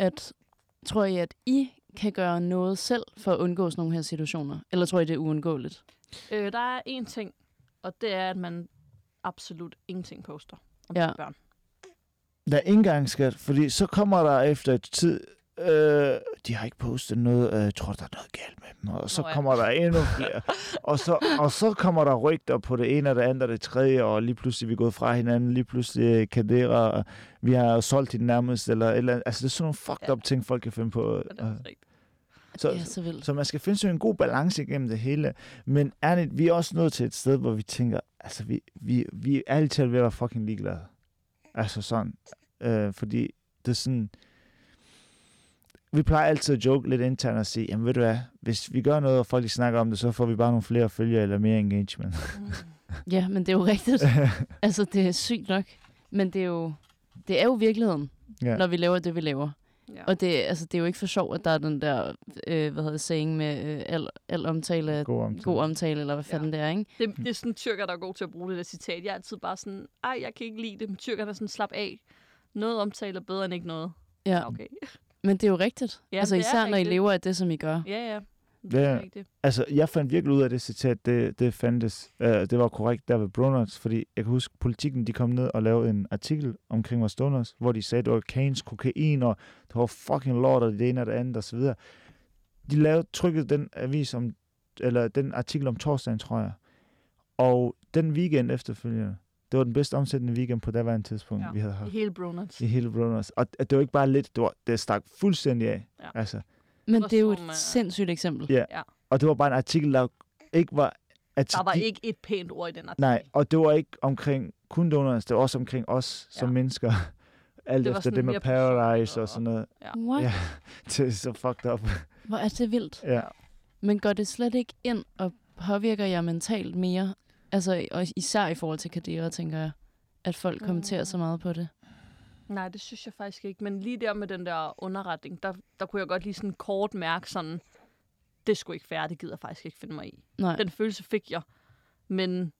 I, at I kan gøre noget selv for at undgå sådan nogle her situationer? Eller tror I, det er uundgåeligt? Der er én ting, og det er, at man absolut ingenting poster om børn. Der er ikke engang skat, fordi så kommer der efter et tid, de har ikke postet noget, jeg tror, der er noget galt med dem, og så kommer der endnu flere, og så kommer der rygter på det ene og det andet og det tredje, og lige pludselig vi er gået fra hinanden, lige pludselig Kadera, og vi har solgt hende nærmest, eller altså det er sådan nogle fucked up ting, folk kan finde på. Så man skal finde sådan en god balance igennem det hele, men ærligt, vi er også nået til et sted, hvor vi tænker, altså vi er ærligt talt ved at være fucking ligeglade. Altså sådan, fordi det er sådan, vi plejer altid at joke lidt internt og sige, jamen ved du hvad, hvis vi gør noget, og folk snakker om det, så får vi bare nogle flere følgere eller mere engagement. Ja, men det er jo rigtigt. Altså, det er sygt nok. Men det er jo virkeligheden, når vi laver det, vi laver. Ja. Og det er jo ikke for sjov, at der er den der, saying med al omtale, god omtale, eller hvad fanden det er, ikke? Det er sådan tyrker, der er god til at bruge det der citat. Jeg er altid bare sådan, jeg kan ikke lide det, men tyrker der sådan, slap af. Noget omtale er bedre end ikke noget. Ja. Okay. Men det er jo rigtigt. Ja, altså især når I lever af det, som I gør. Ja. Det er ikke det. Altså, jeg fandt virkelig ud af det citat, det fandtes. Det var korrekt der ved Bronuts, fordi jeg kan huske, Politikken, de kom ned og lavede en artikel omkring vores donuts, hvor de sagde, at det var Keynes, kokain, og det var fucking lort, og det ene og det andet, og så videre. De trykkede den den artikel om torsdagen, tror jeg. Og den weekend efterfølgende, det var den bedst omsættende weekend på daværende tidspunkt, vi havde haft. I hele Bronuts. I hele Bronuts. Og det var ikke bare lidt, det stak fuldstændig af. Ja. Altså. Men det er jo et sindssygt eksempel. Ja. Og det var bare en artikel, der ikke var... Der var ikke et pænt ord i den artikel. Nej, og det var ikke omkring kun donuts, det var også omkring os som mennesker. Alt det efter det med Paradise og sådan noget. Ja. What? Ja, det er så fucked up. Hvor er det vildt. Ja. Men går det slet ikke ind og påvirker jer mentalt mere? Altså, og især i forhold til Kadira, tænker jeg, at folk kommenterer så meget på det. Nej, det synes jeg faktisk ikke. Men lige der med den der underretning, der kunne jeg godt lige sådan kort mærke sådan, det skulle ikke færdigt, det gider jeg faktisk ikke finde mig i. Nej. Den følelse fik jeg. Men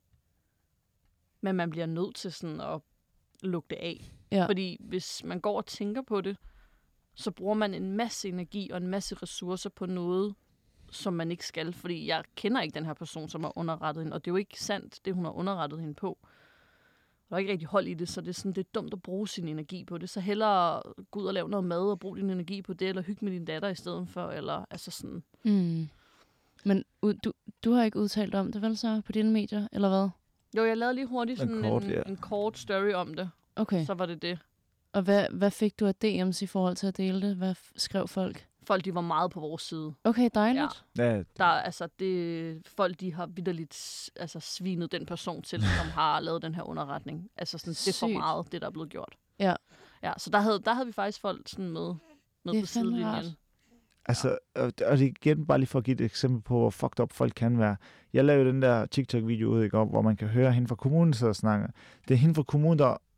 man bliver nødt til sådan at lukke det af. Ja. Fordi hvis man går og tænker på det, så bruger man en masse energi og en masse ressourcer på noget, som man ikke skal. Fordi jeg kender ikke den her person, som har underrettet hende. Og det er jo ikke sandt, det hun har underrettet hende på. Der er ikke rigtig hold i det, så det er dumt at bruge sin energi på det. Så hellere gå ud og lave noget mad og bruge din energi på det, eller hygge med din datter i stedet for, eller altså sådan. Mm. Men du har ikke udtalt om det, vel så, på dine medier, eller hvad? Jo, jeg lavede lige hurtigt sådan en kort story om det. Okay. Så var det det. Og hvad fik du af DM's i forhold til at dele det? Hvad skrev folk? Folk, de var meget på vores side. Okay, dejligt. Ja. Folk, de har vitterligt svinet den person til, som har lavet den her underretning. Altså sådan, det er for meget, det der er blevet gjort. Ja. Ja, så der havde vi faktisk folk sådan med på sidelinjen. Altså, og det er igen bare lige for at give et eksempel på, hvor fucked up folk kan være. Jeg lavede den der TikTok-video ud i går, hvor man kan høre hende fra kommunen, der snakker. Det er hende fra kommunen,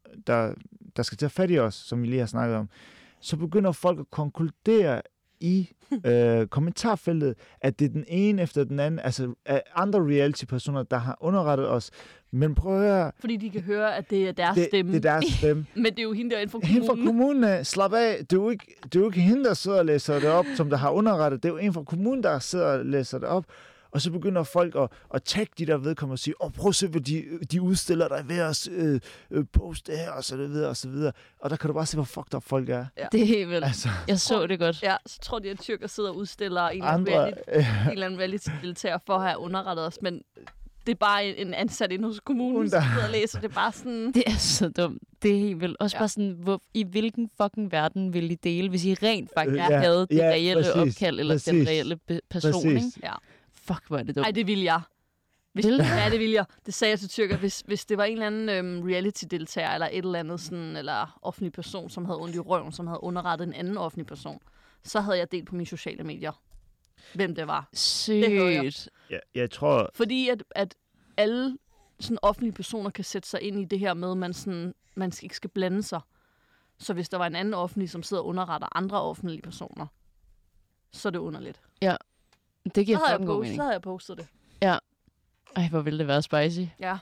der skal tage fat i os, som vi lige har snakket om. Så begynder folk at konkludere i kommentarfeltet, at det er den ene efter den anden, altså andre reality-personer, der har underrettet os. Men prøv at høre... Fordi de kan høre, at det er deres stemme. Det er deres stemme. Men det er jo hende der inden for kommunen. Hende fra kommunen, slap af. Det er jo ikke hende, der sidder og læser det op, som der har underrettet. Det er jo en fra kommunen, der sidder og læser det op. Og så begynder folk at tagge de der vedkommende og sige, prøv at se, hvad de udstiller dig ved at poste her, og så videre, og så videre. Og der kan du bare se, hvor fucked up folk er. Ja. Det er helt vildt. Altså. Jeg så det godt. Ja, så tror de, at tyrker sidder og udstiller en eller anden reality-deltager for at have underrettet os, men det er bare en ansat inde hos kommunen, der sidder og læser. Det er bare sådan... Det er så dumt. Det er helt vildt. Også bare sådan, i hvilken fucking verden vil I dele, hvis I rent faktisk havde det reelle opkald, eller den reelle person, ikke? Ja. Fuck, hvor er det dumt. Ej, det vil jeg. Ja, det vil jeg. Det sagde jeg til tyrker. Hvis det var en eller anden reality-deltager, eller et eller andet sådan, eller offentlig person, som havde ondt i røven, som havde underrettet en anden offentlig person, så havde jeg delt på mine sociale medier, hvem det var. Sygt. Ja, jeg tror... Fordi at alle sådan offentlige personer kan sætte sig ind i det her med, man ikke skal blande sig. Så hvis der var en anden offentlig, som sidder og underretter andre offentlige personer, så er det underligt. Ja. Det giver fucking god mening. Så havde jeg postet det. Ja. Ej, hvor ville det være spicy. Ja.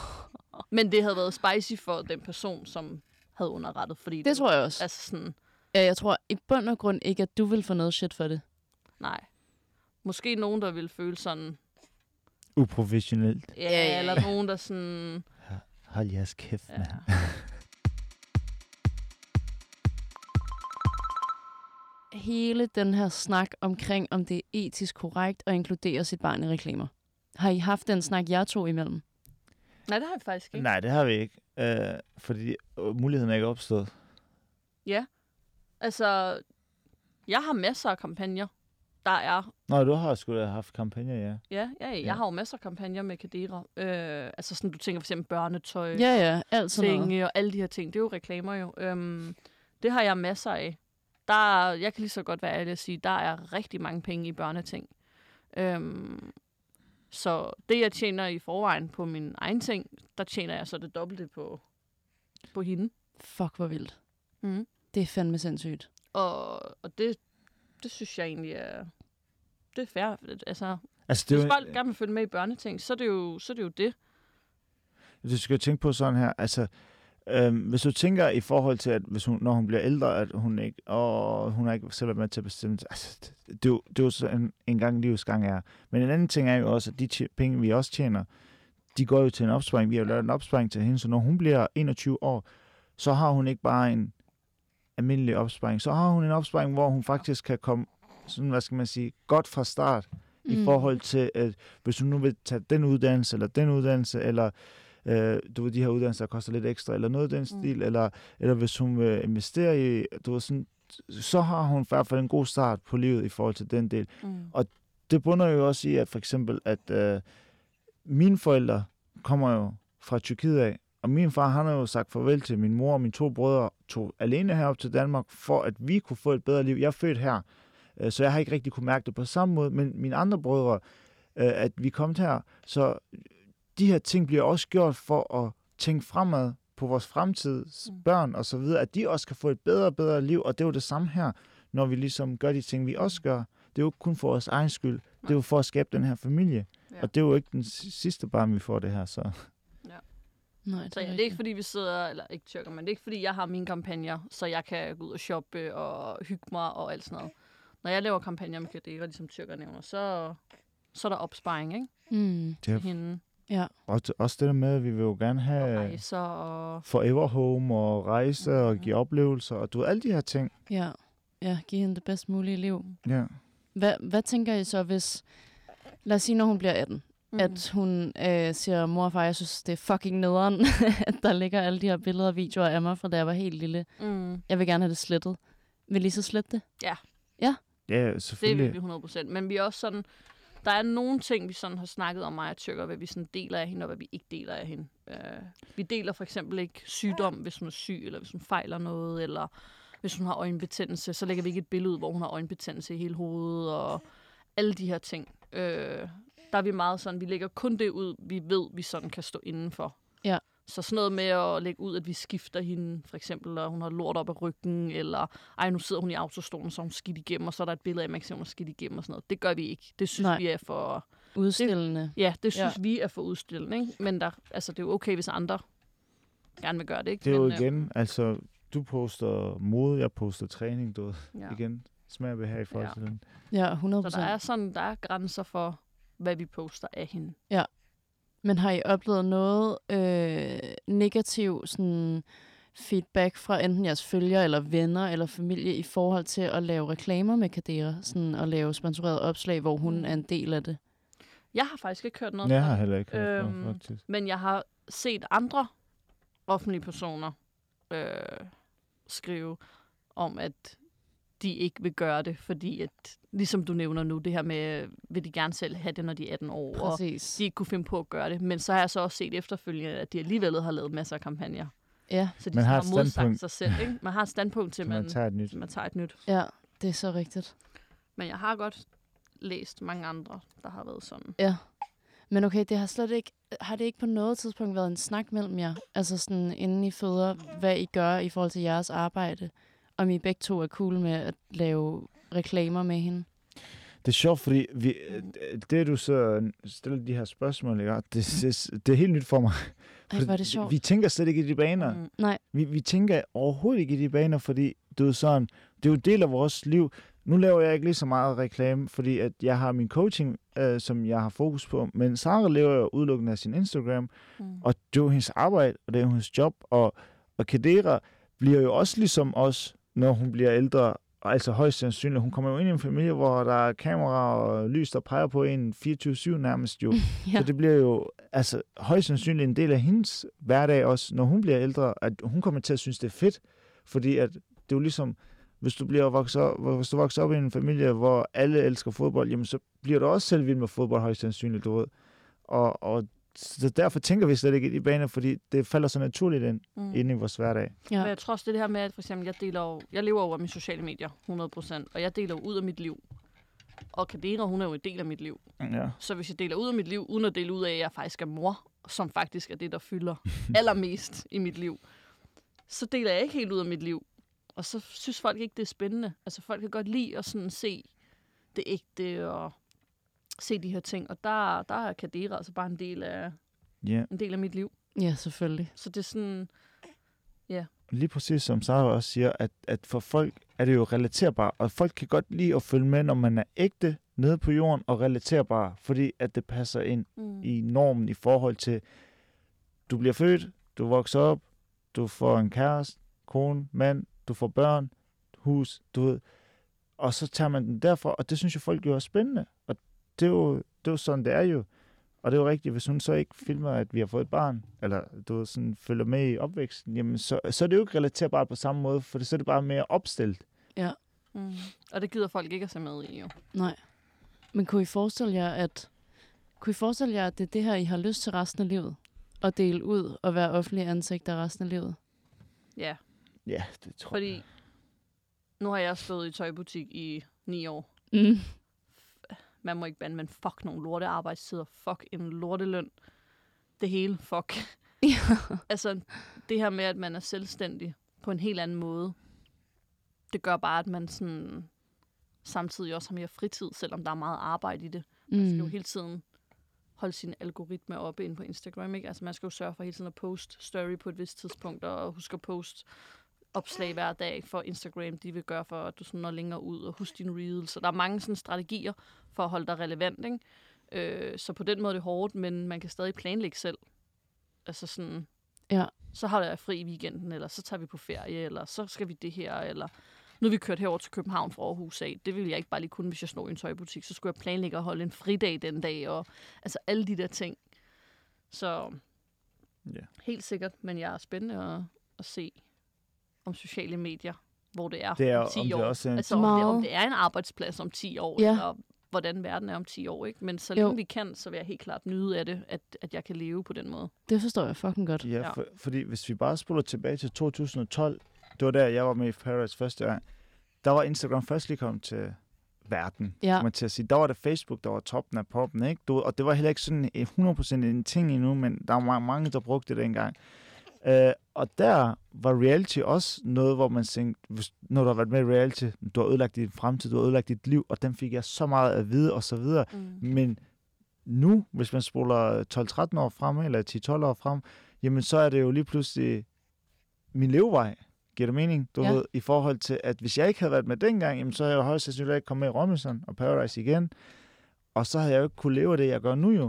Men det havde været spicy for den person, som havde underrettet. Fordi det tror jeg også. Altså sådan... Ja, jeg tror i bund og grund ikke, at du vil få noget shit for det. Nej. Måske nogen, der vil føle sådan... uprofessionelt. Ja, eller nogen, der sådan... Hold jeres kæft, mand. Hele den her snak omkring, om det er etisk korrekt at inkludere sit barn i reklamer. Har I haft den snak, jer to imellem? Nej, det har vi faktisk ikke. Nej, det har vi ikke. Fordi muligheden er ikke opstået. Ja. Altså, jeg har masser af kampagner, der er... Nå, du har sgu da haft kampagner, ja. Ja. Jeg har jo masser af kampagner med Kadira. Altså sådan, du tænker for eksempel børnetøj, alt sådan noget. Og alle de her ting. Det er jo reklamer jo. Det har jeg masser af. Jeg kan lige så godt være ærlig at sige, der er rigtig mange penge i børneting. Så det, jeg tjener i forvejen på min egen ting, der tjener jeg så det dobbelte på hende. Fuck, hvor vildt. Mm. Det er fandme sindssygt. Og det synes jeg egentlig er... Det er fair. Altså det hvis folk gerne vil følge med i børneting, så er det jo det. Du skal jo tænke på sådan her, altså... Hvis du tænker i forhold til, at hvis når hun bliver ældre, at hun har ikke selv været med til at bestemme, altså, det er jo så en gang livets gang er. Men en anden ting er jo også, at de penge, vi også tjener, de går jo til en opsparing. Vi har jo lavet en opsparing til hende, så når hun bliver 21 år, så har hun ikke bare en almindelig opsparing. Så har hun en opsparing, hvor hun faktisk kan komme, sådan, hvad skal man sige, godt fra start, i forhold til, at hvis hun nu vil tage den uddannelse, eller du ved, de her uddannelser, der koster lidt ekstra, eller noget af den stil, eller hvis hun vil investere i, du ved, sådan, så har hun i hvert fald en god start på livet i forhold til den del. Og det bunder jo også i, at for eksempel, at mine forældre kommer jo fra Tyrkiet af, og min far, han har jo sagt farvel til min mor og mine 2 brødre, tog alene herop til Danmark, for at vi kunne få et bedre liv. Jeg er født her, så jeg har ikke rigtig kunne mærke det på samme måde, men mine andre brødre, at vi kom her, så de her ting bliver også gjort for at tænke fremad på vores fremtids børn og så videre, at de også kan få et bedre og bedre liv, og det er jo det samme her, når vi ligesom gør de ting, vi også gør. Det er jo kun for vores egen skyld. Det er jo for at skabe den her familie. Ja. Og det er jo ikke den sidste barn, vi får det her, så... Nej, så det er ikke fordi vi sidder, eller ikke tyrker, men det er ikke fordi jeg har mine kampagner, så jeg kan gå ud og shoppe og hygge mig og alt sådan noget. Når jeg laver kampagner med Kadira, ligesom tyrker nævner, så er der opsparing, ikke? Til hende. Ja. Også det der med, at vi vil jo gerne have rejser og forever home og rejse og give oplevelser og du ved, alle de her ting. Ja, give hende det bedst mulige liv. Ja. Hvad tænker I så, hvis, lad os sige, når hun bliver 18, at hun siger, mor og far, jeg synes, det er fucking nederen, at der ligger alle de her billeder og videoer af mig, fra da jeg var helt lille. Jeg vil gerne have det slettet. Vil I så slette det? Ja. Ja? Ja, selvfølgelig. Det vil vi 100%. Men vi er også sådan, der er nogle ting, vi sådan har snakket om mig og tyrker, hvad vi sådan deler af hende, og hvad vi ikke deler af hende. Vi deler for eksempel ikke sygdom, hvis hun er syg, eller hvis hun fejler noget, eller hvis hun har øjenbetændelse, så lægger vi ikke et billede ud, hvor hun har øjenbetændelse i hele hovedet, og alle de her ting. Der er vi meget sådan, vi lægger kun det ud, vi ved, vi sådan kan stå indenfor. Ja. Så sådan noget med at lægge ud, at vi skifter hende, for eksempel, og hun har lort op af ryggen, eller nu sidder hun i autostolen, så hun skidt igennem, og så er der et billede af, at man kan se, hun er skidt igennem og sådan noget. Det gør vi ikke. Det synes vi er for... Udstillende. Det synes vi er for udstillende, ikke? Men det er jo okay, hvis andre gerne vil gøre det, ikke? Det er jo igen, altså, du poster mode, jeg poster træning, du igen, smager behag i forhold til den. Ja, 100%. Så der er grænser for, hvad vi poster af hende. Ja. Men har I oplevet noget negativ sådan, feedback fra enten jeres følgere, eller venner, eller familie, i forhold til at lave reklamer med Kadira? Sådan at lave sponsoreret opslag, hvor hun er en del af det? Jeg har faktisk ikke hørt noget. Jeg har heller ikke hørt noget, faktisk. Men jeg har set andre offentlige personer skrive om, at de ikke vil gøre det, fordi at, ligesom du nævner nu, det her med, vil de gerne selv have det, når de er 18 år, Præcis. Og de ikke kunne finde på at gøre det. Men så har jeg så også set efterfølgende, at de alligevel har lavet masser af kampagner. Ja. Så de har modsagt sig selv, ikke? Man har et standpunkt til, man tager et nyt. Ja, det er så rigtigt. Men jeg har godt læst mange andre, der har været sådan. Ja. Men okay, det har slet ikke, har det ikke på noget tidspunkt været en snak mellem jer? Altså sådan, inden I føder, hvad I gør i forhold til jeres arbejde? Om I begge to er cool med at lave reklamer med hende? Det er sjovt, fordi det du så stiller de her spørgsmål, ikke? Det er helt nyt for mig. Ej, var det sjovt. Vi tænker slet ikke i de baner. Nej. Vi tænker overhovedet ikke i de baner, fordi det er sådan, det er jo en del af vores liv. Nu laver jeg ikke lige så meget reklame, fordi at jeg har min coaching, som jeg har fokus på. Men Sara lever jo udelukkende af sin Instagram, og det er jo hendes arbejde, og det er jo hendes job. Og Kadira bliver jo også ligesom os, når hun bliver ældre, altså højst sandsynligt. Hun kommer jo ind i en familie, hvor der er kamera og lys, der peger på en 24/7 nærmest jo. Ja. Så det bliver jo altså højst sandsynligt en del af hendes hverdag også, når hun bliver ældre, at hun kommer til at synes, det er fedt. Fordi at det er jo ligesom, hvis du vokser op i en familie, hvor alle elsker fodbold, jamen så bliver du også selv vild med fodbold højst sandsynligt, du ved. Og så derfor tænker vi slet ikke i baner, fordi det falder så naturligt ind i vores hverdag. Ja. Men jeg tror også, det her med, at for eksempel, jeg lever over mine sociale medier 100%, og jeg deler ud af mit liv. Og Kadira, hun er jo en del af mit liv. Ja. Så hvis jeg deler ud af mit liv, uden at dele ud af, at jeg faktisk er mor, som faktisk er det, der fylder allermest i mit liv, så deler jeg ikke helt ud af mit liv. Og så synes folk ikke, det er spændende. Altså folk kan godt lide at sådan se det ægte og se de her ting. Og der er Kadira altså bare en del af mit liv. Ja, selvfølgelig. Så det er sådan, Ja. Lige præcis som Sarah også siger, at for folk er det jo relaterbart, og folk kan godt lide at følge med, når man er ægte nede på jorden og relaterbar, fordi at det passer ind i normen i forhold til, du bliver født, du vokser op, du får en kæreste, kone, mand, du får børn, hus, du ved, og så tager man den derfra, og det synes jeg folk jo er spændende, og det er jo sådan, det er jo. Og det er jo rigtigt, hvis hun så ikke filmer, at vi har fået et barn, eller du ved, sådan, følger med i opvæksten, jamen så er det jo ikke relaterbart på samme måde, for så er det bare mere opstillet. Ja. Og det gider folk ikke at se med i, jo. Nej. Men kunne I forestille jer, at det er det her, I har lyst til resten af livet? At dele ud og være offentlige ansigter resten af livet? Ja. Ja, det tror jeg. Fordi nu har jeg stået i tøjbutik i 9 år. Man må ikke bande, men fuck nogle lorte arbejdstider. Fuck en lorteløn. Det hele, fuck. Ja. Altså, det her med, at man er selvstændig på en helt anden måde, det gør bare, at man sådan samtidig også har mere fritid, selvom der er meget arbejde i det. Man skal jo hele tiden holde sin algoritme oppe inde på Instagram, ikke? Altså, man skal jo sørge for hele tiden at poste story på et vist tidspunkt, og huske at poste opslag hver dag for Instagram, de vil gøre for, at du sådan når længere ud og husk dine reels. Så der er mange sådan strategier for at holde dig relevant, ikke? Så på den måde er det hårdt, men man kan stadig planlægge selv. Altså sådan, så har jeg fri i weekenden, eller så tager vi på ferie, eller så skal vi det her, eller nu er vi kørt herover til København fra Aarhus af. Det ville jeg ikke bare lige kunne, hvis jeg stod i en tøjbutik. Så skulle jeg planlægge at holde en fridag den dag, og altså alle de der ting. Så helt sikkert, men jeg er spændende at se om sociale medier, hvor det er om 10 år. Altså om det er en arbejdsplads om 10 år, eller hvordan verden er om 10 år, ikke? Men så længe vi kan, så vil jeg helt klart nyde af det, at jeg kan leve på den måde. Det forstår jeg fucking godt. Ja, fordi hvis vi bare spoler tilbage til 2012, det var der, jeg var med i Paradise første gang, der var Instagram først lige kommet til verden, man til at sige. Der var det Facebook, der var toppen af poppen, ikke? Og det var heller ikke sådan 100% en ting endnu, men der var mange, der brugte det dengang. Og der var reality også noget, hvor man tænkte, når du har været med i reality, du har ødelagt din fremtid, du har ødelagt dit liv, og den fik jeg så meget at vide, og så videre. Men nu, hvis man spoler 12-13 år frem, eller 10-12 år frem, jamen så er det jo lige pludselig min levevej. Giver det mening? Du ved, i forhold til, at hvis jeg ikke havde været med dengang, jamen så havde jeg jo højst sandsynligt ikke kommet med i Robinson og Paradise igen. Og så havde jeg jo ikke kunne leve af det, jeg gør nu jo.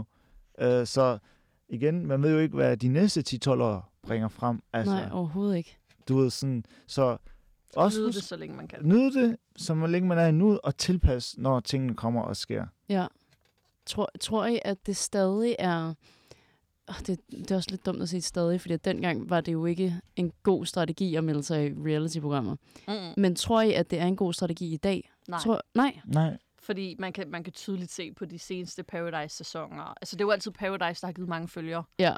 Så igen, man ved jo ikke, hvad de næste 10-12 år bringer frem. Altså, nej, overhovedet ikke. Du ved sådan, så også nyde det, så længe man kan. Nyde det, så længe man er nu, og tilpasse, når tingene kommer og sker. Ja. Tror I, at det stadig er... Det er også lidt dumt at sige stadig, fordi dengang var det jo ikke en god strategi at melde sig i reality-programmer. Men tror I, at det er en god strategi i dag? Nej. Nej. Fordi man kan tydeligt se på de seneste Paradise-sæsoner. Altså, det er jo altid Paradise, der har givet mange følgere. Ja.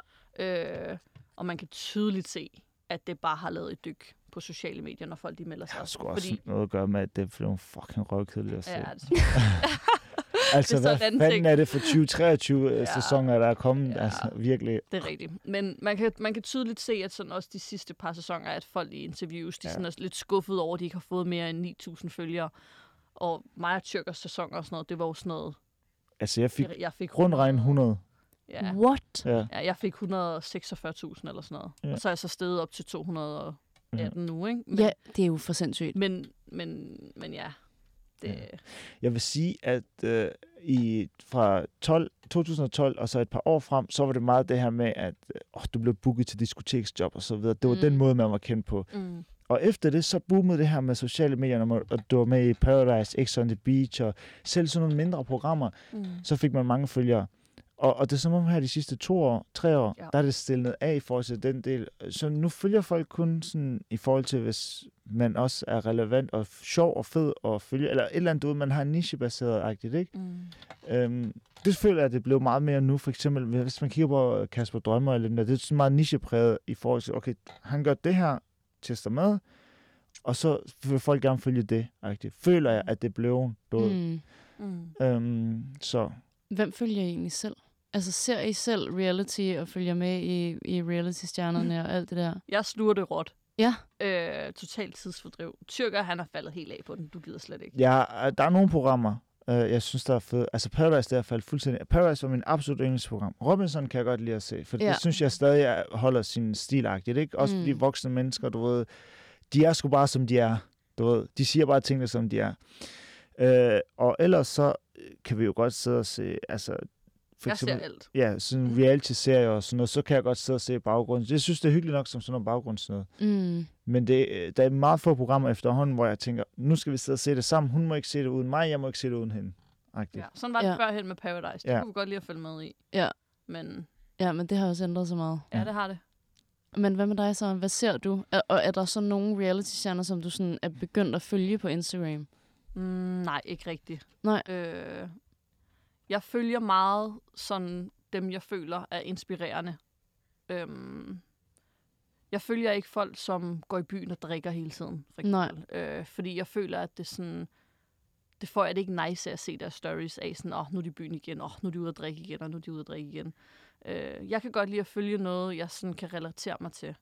Og man kan tydeligt se, at det bare har lavet et dyk på sociale medier, når folk de melder sig. Jeg har sgu også noget at gøre med, at det er fucking røvkedeligt at se. Ja, det altså, hvad fanden er det for 2023 sæsoner, der er kommet? Ja, altså, virkelig. Det er rigtigt. Men man kan tydeligt se, at sådan også de sidste par sæsoner, at folk i interviews, de sådan er lidt skuffet over, at de ikke har fået mere end 9.000 følgere. Og mig og Tyrkers sæsoner og sådan noget, det var jo sådan noget... Altså, jeg fik rundt regn 100. Ja. What? Ja, jeg fik 146.000 eller sådan noget. Ja. Og så er jeg så steget op til 218 nu, ikke? Men, ja, det er jo for sindssygt. Men ja... Jeg vil sige, at fra 2012 og så et par år frem, så var det meget det her med, at du blev booket til diskoteksjob og så videre. Det var den måde, man var kendt på. Og efter det, så boomede det her med sociale medier, og du var med i Paradise, X on the Beach, og selv sådan nogle mindre programmer, så fik man mange følgere. Og det er som om her de sidste 2 år, 3 år, der er det stillet af i forhold til den del. Så nu følger folk kun sådan i forhold til, hvis man også er relevant og sjov og fed og følger, eller et eller andet ud, man har nichebaseret-agtigt, ikke? Det føler jeg, at det blev meget mere nu. For eksempel, hvis man kigger på Kasper Drømmer, eller det er sådan meget nichepræget i forhold til, okay, han gør det her, tester med, og så vil folk gerne følge det-agtigt. Føler jeg, at det blev noget. Så... Hvem følger I egentlig selv? Altså, ser I selv reality og følger med i reality-stjernerne og alt det der? Jeg sluger det råt. Ja. Totalt tidsfordriv. Tyrker, han har faldet helt af på den. Du gider slet ikke. Ja, der er nogle programmer, Jeg synes, der er fedt. Altså, Paradise, det er faldet fuldstændig. Paradise var min absolut yndlingsprogram. Robinson kan jeg godt lide at se, for det synes jeg stadig holder sin stilagtigt, ikke? Også fordi voksne mennesker, du ved, de er sgu bare, som de er. Du ved, de siger bare tingene, som de er. Og ellers så kan vi jo godt sidde og se, altså... Jeg ser alt. Ja, sådan reality-serier og sådan noget, så kan jeg godt sidde og se baggrunden. Jeg synes, det er hyggeligt nok som sådan noget baggrundsnød. Men der er meget få programmer efterhånden, hvor jeg tænker, nu skal vi sidde og se det sammen. Hun må ikke se det uden mig, jeg må ikke se det uden hende. Ja, sådan var det førhen med Paradise. Det kunne vi godt lide at følge med i. Ja. Men det har også ændret sig meget. Ja, det har det. Men hvad med dig så? Hvad ser du? Og er der så nogle reality-stjerner, som du sådan er begyndt at følge på Instagram? Nej, ikke rigtigt. Nej. Jeg følger meget sådan dem, jeg føler er inspirerende. Jeg følger ikke folk, som går i byen og drikker hele tiden, for eksempel. Fordi jeg føler, at det sådan... Det får jeg det ikke nice af at se deres stories af sådan, nu er de i byen igen, nu er de ude at drikke igen, og nu er de ude at drikke igen. Jeg kan godt lide at følge noget, jeg sådan kan relatere mig til.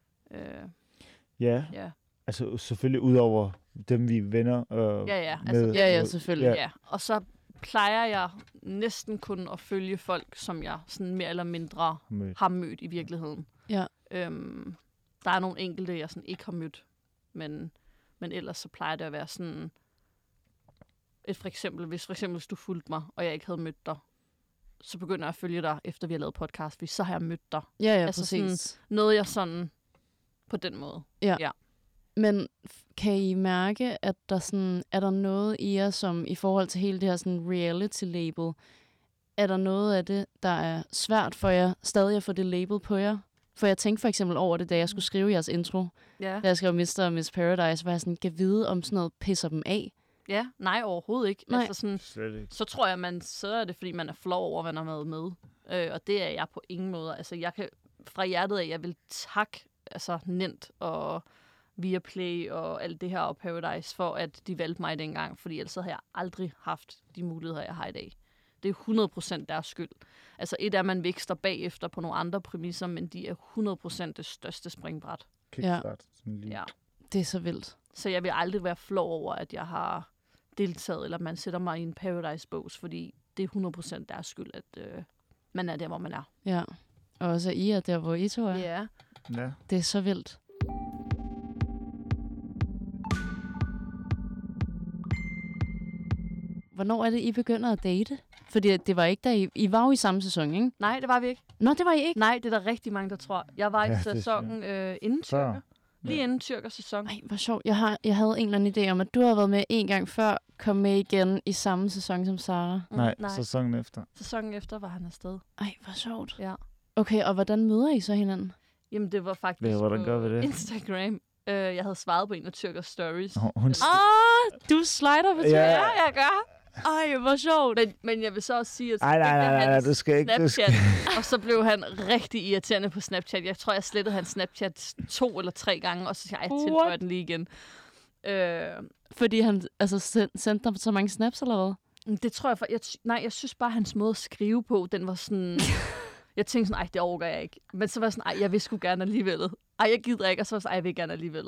Ja. Altså selvfølgelig ud over dem, vi er venner med. Ja, selvfølgelig. Ja. Og så plejer jeg næsten kun at følge folk, som jeg sådan mere eller mindre har mødt i virkeligheden. Ja. Der er nogle enkelte, jeg sådan ikke har mødt, men ellers så plejer det at være sådan... Hvis for eksempel du fulgte mig, og jeg ikke havde mødt dig, så begynder jeg at følge dig, efter vi har lavet podcast, fordi så har jeg mødt dig. Ja, altså præcis. Sådan, noget jeg sådan på den måde. Ja. Men kan I mærke, at der sådan, er der noget i jer, som i forhold til hele det her sådan reality-label, er der noget af det, der er svært for jer stadig at få det label på jer? For jeg tænkte for eksempel over det, da jeg skulle skrive jeres intro. Da jeg skrev Mr. og Miss Paradise, var jeg sådan, kan vide, om sådan noget pisser dem af. Ja, nej, overhovedet ikke. Nej. Altså sådan, så tror jeg, så er det, fordi man er flov over, at man har været med. Og det er jeg på ingen måde. Altså, jeg kan fra hjertet af, jeg vil takke Nent og Viaplay og alt det her og Paradise for, at de valgte mig dengang, fordi ellers havde jeg aldrig haft de muligheder, jeg har i dag. Det er 100% deres skyld. Altså, et er, at man vækster bagefter på nogle andre præmisser, men de er 100% det største springbræt. Kickstart. Ja. Det er så vildt. Så jeg vil aldrig være flov over, at jeg har deltaget, eller man sætter mig i en Paradise-bås, fordi det er 100% deres skyld, at man er der, hvor man er. Ja, og også I er der, hvor I to er. Ja. Det er så vildt. Hvornår er det, I begynder at date? Fordi det var ikke da I var jo i samme sæson, ikke? Nej, det var vi ikke. Nå, det var I ikke? Nej, det er der rigtig mange, der tror. Jeg var i sæsonen inden Tyrker. Lige inden Tyrkers sæson. Ej, hvor sjovt. Jeg havde en eller anden idé om, at du har været med en gang før, kom med igen i samme sæson som Sara. Nej, sæsonen efter. Sæsonen efter var han afsted. Ej, hvor sjovt. Ja. Okay, og hvordan møder I så hinanden? Jamen, det var faktisk på Instagram. Jeg havde svaret på en af Tyrkers stories. Du slider på Tyrker. Ja, jeg gør. Ej, hvor sjovt. Men jeg vil så også sige, at nej, du skal ikke. Snapchat, og så blev han rigtig irriterende på Snapchat. Jeg tror, jeg slettede hans Snapchat 2 eller 3 gange, og så siger jeg, tilføjer den lige igen. Fordi han sendte dig så mange snaps, eller hvad? Det tror jeg, jeg synes bare, hans måde at skrive på, den var sådan... Jeg tænkte sådan, det overgår jeg ikke. Men så var jeg sådan, jeg vil sgu gerne alligevel. Jeg gider ikke, og så var jeg sådan, jeg vil gerne alligevel.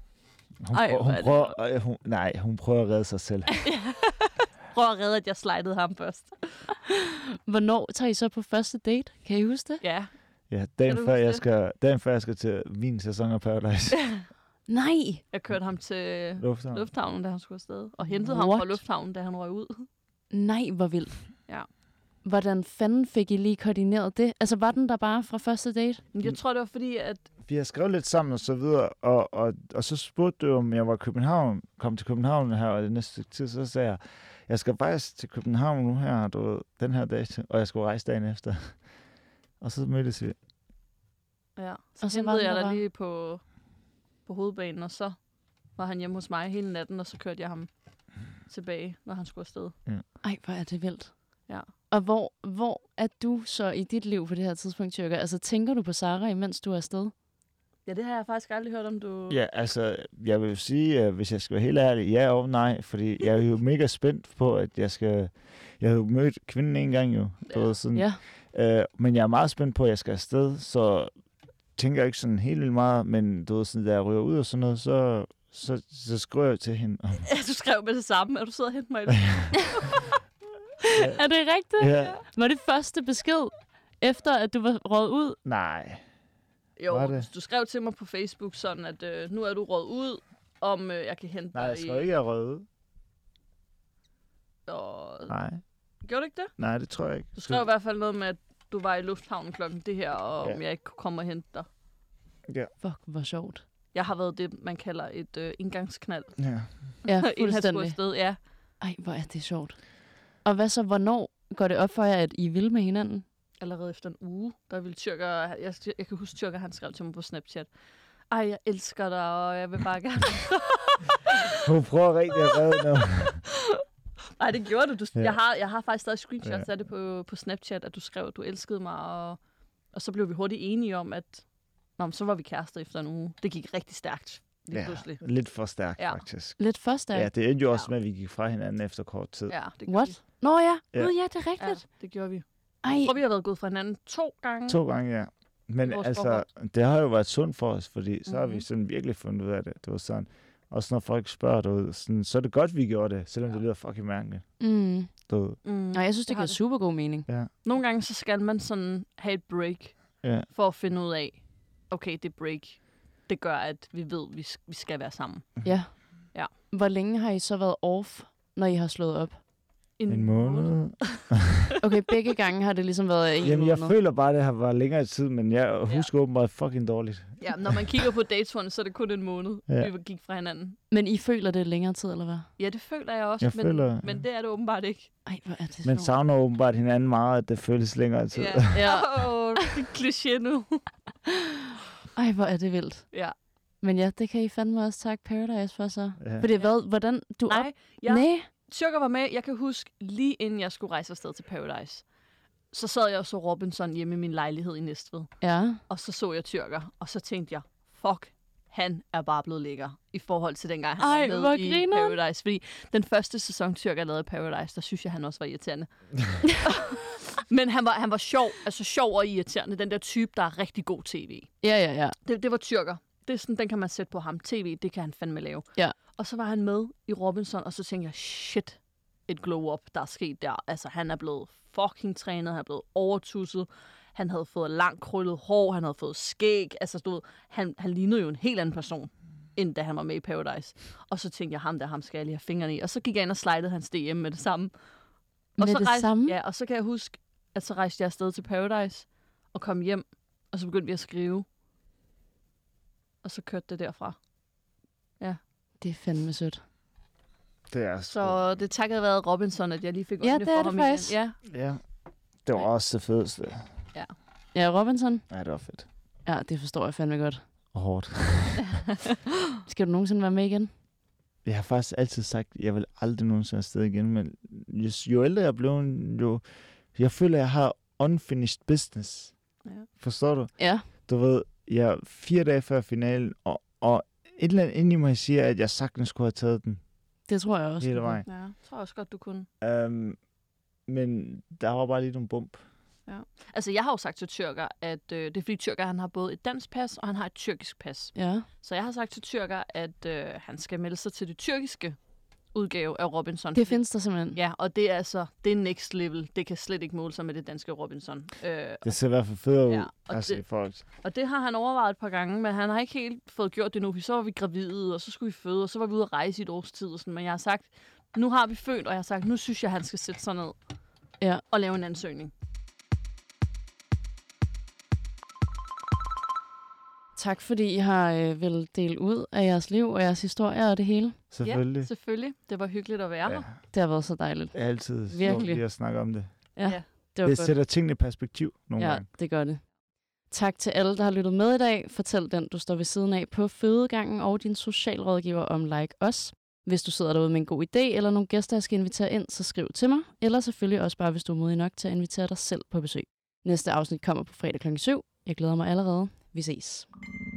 Hun prøver at redde sig selv. Prøver at redde, at jeg slidede ham først. Hvornår tager I så på første date? Kan I huske det? Ja. Ja, dagen før jeg skal til min sæson af Paradise. Nej! Jeg kørte ham til lufthavnen, da han skulle afsted. Og hentede ham fra lufthavnen, da han røg ud. Nej, hvor vildt. Ja. Hvordan fanden fik I lige koordineret det? Altså, var den der bare fra første date? Jeg tror, det var fordi, at... Vi har skrevet lidt sammen og så videre, og så spurgte du, om jeg var i København, kom til København her, og det næste tid, så sagde jeg skal faktisk til København nu her, den her dag, og jeg skulle rejse dagen efter. Og så mødtes vi. Ja, så hentede jeg der lige på hovedbanen, og så var han hjemme hos mig hele natten, og så kørte jeg ham tilbage, når han skulle afsted. Ja. Ej, hvor er det vildt. Ja. Og hvor er du så i dit liv på det her tidspunkt, Tyrker? Altså, tænker du på Sara, imens du er afsted? Ja, det har jeg faktisk aldrig hørt om, du... Ja, altså, jeg vil jo sige, hvis jeg skal være helt ærlig, ja og nej, fordi jeg er jo mega spændt på, at jeg har jo mødt kvinden en gang jo, sådan. Ja. Men jeg er meget spændt på, at jeg skal afsted, så tænker jeg ikke sådan helt vildt meget, men sådan, da jeg ryger ud og sådan noget, så skriver jeg til hende. Ja, du skrev med det samme, at du sidder og henter mig i det. Er det rigtigt? Ja. Var det første besked, efter at du var røget ud? Nej. Jo, du skrev til mig på Facebook sådan, at nu er du røget ud, om jeg kan hente dig. Nej, jeg skal ikke have røget ud. Nej. Gjorde du ikke det? Nej, det tror jeg ikke. Du skrev i hvert fald noget med, at du var i lufthavnen klokken det her, og om jeg ikke kunne komme og hente dig. Ja. Fuck, hvor sjovt. Jeg har været det, man kalder et indgangsknald. Ja, fuldstændig. Ja. Ej, hvor er det sjovt. Og hvad så, hvornår går det op for jer, at I vil med hinanden? Allerede efter en uge, der ville Tyrker... Jeg kan huske, Tyrker, han skrev til mig på Snapchat. Ej, jeg elsker dig, og jeg vil bare gerne... Hun prøver rigtig at redde noget. Nej, det gjorde du. Jeg har faktisk stadig screenshots af det på Snapchat, at du skrev, at du elskede mig, og så blev vi hurtigt enige om, at så var vi kærester efter en uge. Det gik rigtig stærkt. Pludselig. Lidt for stærkt, faktisk. Lidt for stærkt? Ja, det endte jo også med, at vi gik fra hinanden efter kort tid. Ja, det What? vi. Nå ja, ja, det er rigtigt. Ja, det gjorde vi. Ej. Jeg tror, vi har været gået fra hinanden 2 gange. 2 gange, ja. Men altså, det har jo været sundt for os, fordi så har vi sådan virkelig fundet ud af det. Det var sådan, også når folk spørger derude, sådan, så er det godt, vi gjorde det, selvom det lyder fucking mærkeligt. Nej, jeg synes, det giver super god mening. Ja. Nogle gange, så skal man sådan have et break, for at finde ud af, okay, det break, det gør, at vi ved, at vi skal være sammen. Ja. Hvor længe har I så været off, når I har slået op? En måned. Okay, begge gange har det ligesom været en måned. Jamen, jeg føler bare, at det har været længere tid, men jeg husker åbenbart fucking dårligt. Ja, når man kigger på datesformen, så er det kun en måned, vi gik fra hinanden. Men I føler det længere tid, eller hvad? Ja, det føler jeg også, men det er det åbenbart ikke. Ej, hvor er det sjovt. Men savner åbenbart hinanden meget, at det føles længere tid. Ja, det er kliché nu. Ej, hvor er det vildt. Ja. Men ja, det kan I fandme også takke Paradise for så. Ja. For det hvad, hvordan du... Nej. Tyrker var med. Jeg kan huske, lige inden jeg skulle rejse afsted til Paradise, så sad jeg og så Robinson hjemme i min lejlighed i Næstved. Ja. Og så jeg Tyrker, og så tænkte jeg, fuck, han er bare blevet lækker i forhold til dengang, han var med i Paradise. Fordi den første sæson, Tyrker lavede Paradise, der synes jeg, han også var irriterende. Men han var sjov, altså sjov og irriterende. Den der type, der er rigtig god tv. Ja. Det var Tyrker. Det er sådan, den kan man sætte på ham. TV, det kan han fandme lave. Ja. Og så var han med i Robinson, og så tænkte jeg, shit, et glow-up, der er sket der. Altså, han er blevet fucking trænet, han er blevet overtusset. Han havde fået langt krøllet hår, han havde fået skæg. Altså, du ved, han lignede jo en helt anden person, end da han var med i Paradise. Og så tænkte jeg, ham skal jeg lige have fingrene i. Og så gik jeg ind og slidede hans DM med det samme. Samme? Ja, og så kan jeg huske, at så rejste jeg afsted til Paradise, og kom hjem, og så begyndte vi at skrive. Og så kørte det derfra. Ja. Det er fandme sødt. Det er så det takket være Robinson, at jeg lige fik øjnene for ham faktisk. Igen. Ja. Det var også det fedeste. Ja, Robinson? Ja, det var fedt. Ja, det forstår jeg fandme godt. Og hårdt. Skal du nogensinde være med igen? Jeg har faktisk altid sagt, at jeg vil aldrig nogensinde afsted igen, men jo ældre jeg blev, jo... Jeg føler, at jeg har unfinished business. Ja. Forstår du? Ja. Du ved, jeg er 4 dage før finalen, og et eller andet inde i mig siger, at jeg sagtens skulle have taget den. Det tror jeg også. Hele vejen. Ja, jeg tror også godt, du kunne. Men der var bare lige nogle bump. Ja. Altså, jeg har jo sagt til Tyrker, at det er fordi Tyrker, han har både et dansk pas, og han har et tyrkisk pas. Ja. Så jeg har sagt til Tyrker, at han skal melde sig til det tyrkiske udgave af Robinson. Det findes der simpelthen. Ja, og det er altså, det er next level. Det kan slet ikke måle sig med det danske Robinson. Det ser i hvert fald federe ud. Ja, og det har han overvejet et par gange, men han har ikke helt fået gjort det nu. Så var vi gravide, og så skulle vi føde, og så var vi ude at rejse i et års tid. Og sådan. Men jeg har sagt, nu har vi født, og jeg har sagt, nu synes jeg, han skal sætte sig ned og lave en ansøgning. Tak fordi I har vel delt ud af jeres liv og jeres historier og det hele. Selvfølgelig. Ja, selvfølgelig. Det var hyggeligt at være her. Det har været så dejligt. Det er altid virkelig at snakke om det. Ja. Det sætter tingene i perspektiv nogle gange. Ja, det gør det. Tak til alle, der har lyttet med i dag. Fortæl den, du står ved siden af på fødegangen og din socialrådgiver om Like Os. Hvis du sidder derude med en god idé eller nogle gæster, jeg skal invitere ind, så skriv til mig. Eller selvfølgelig også bare, hvis du er modig nok til at invitere dig selv på besøg. Næste afsnit kommer på fredag kl. 7. Jeg glæder mig allerede. Vi ses.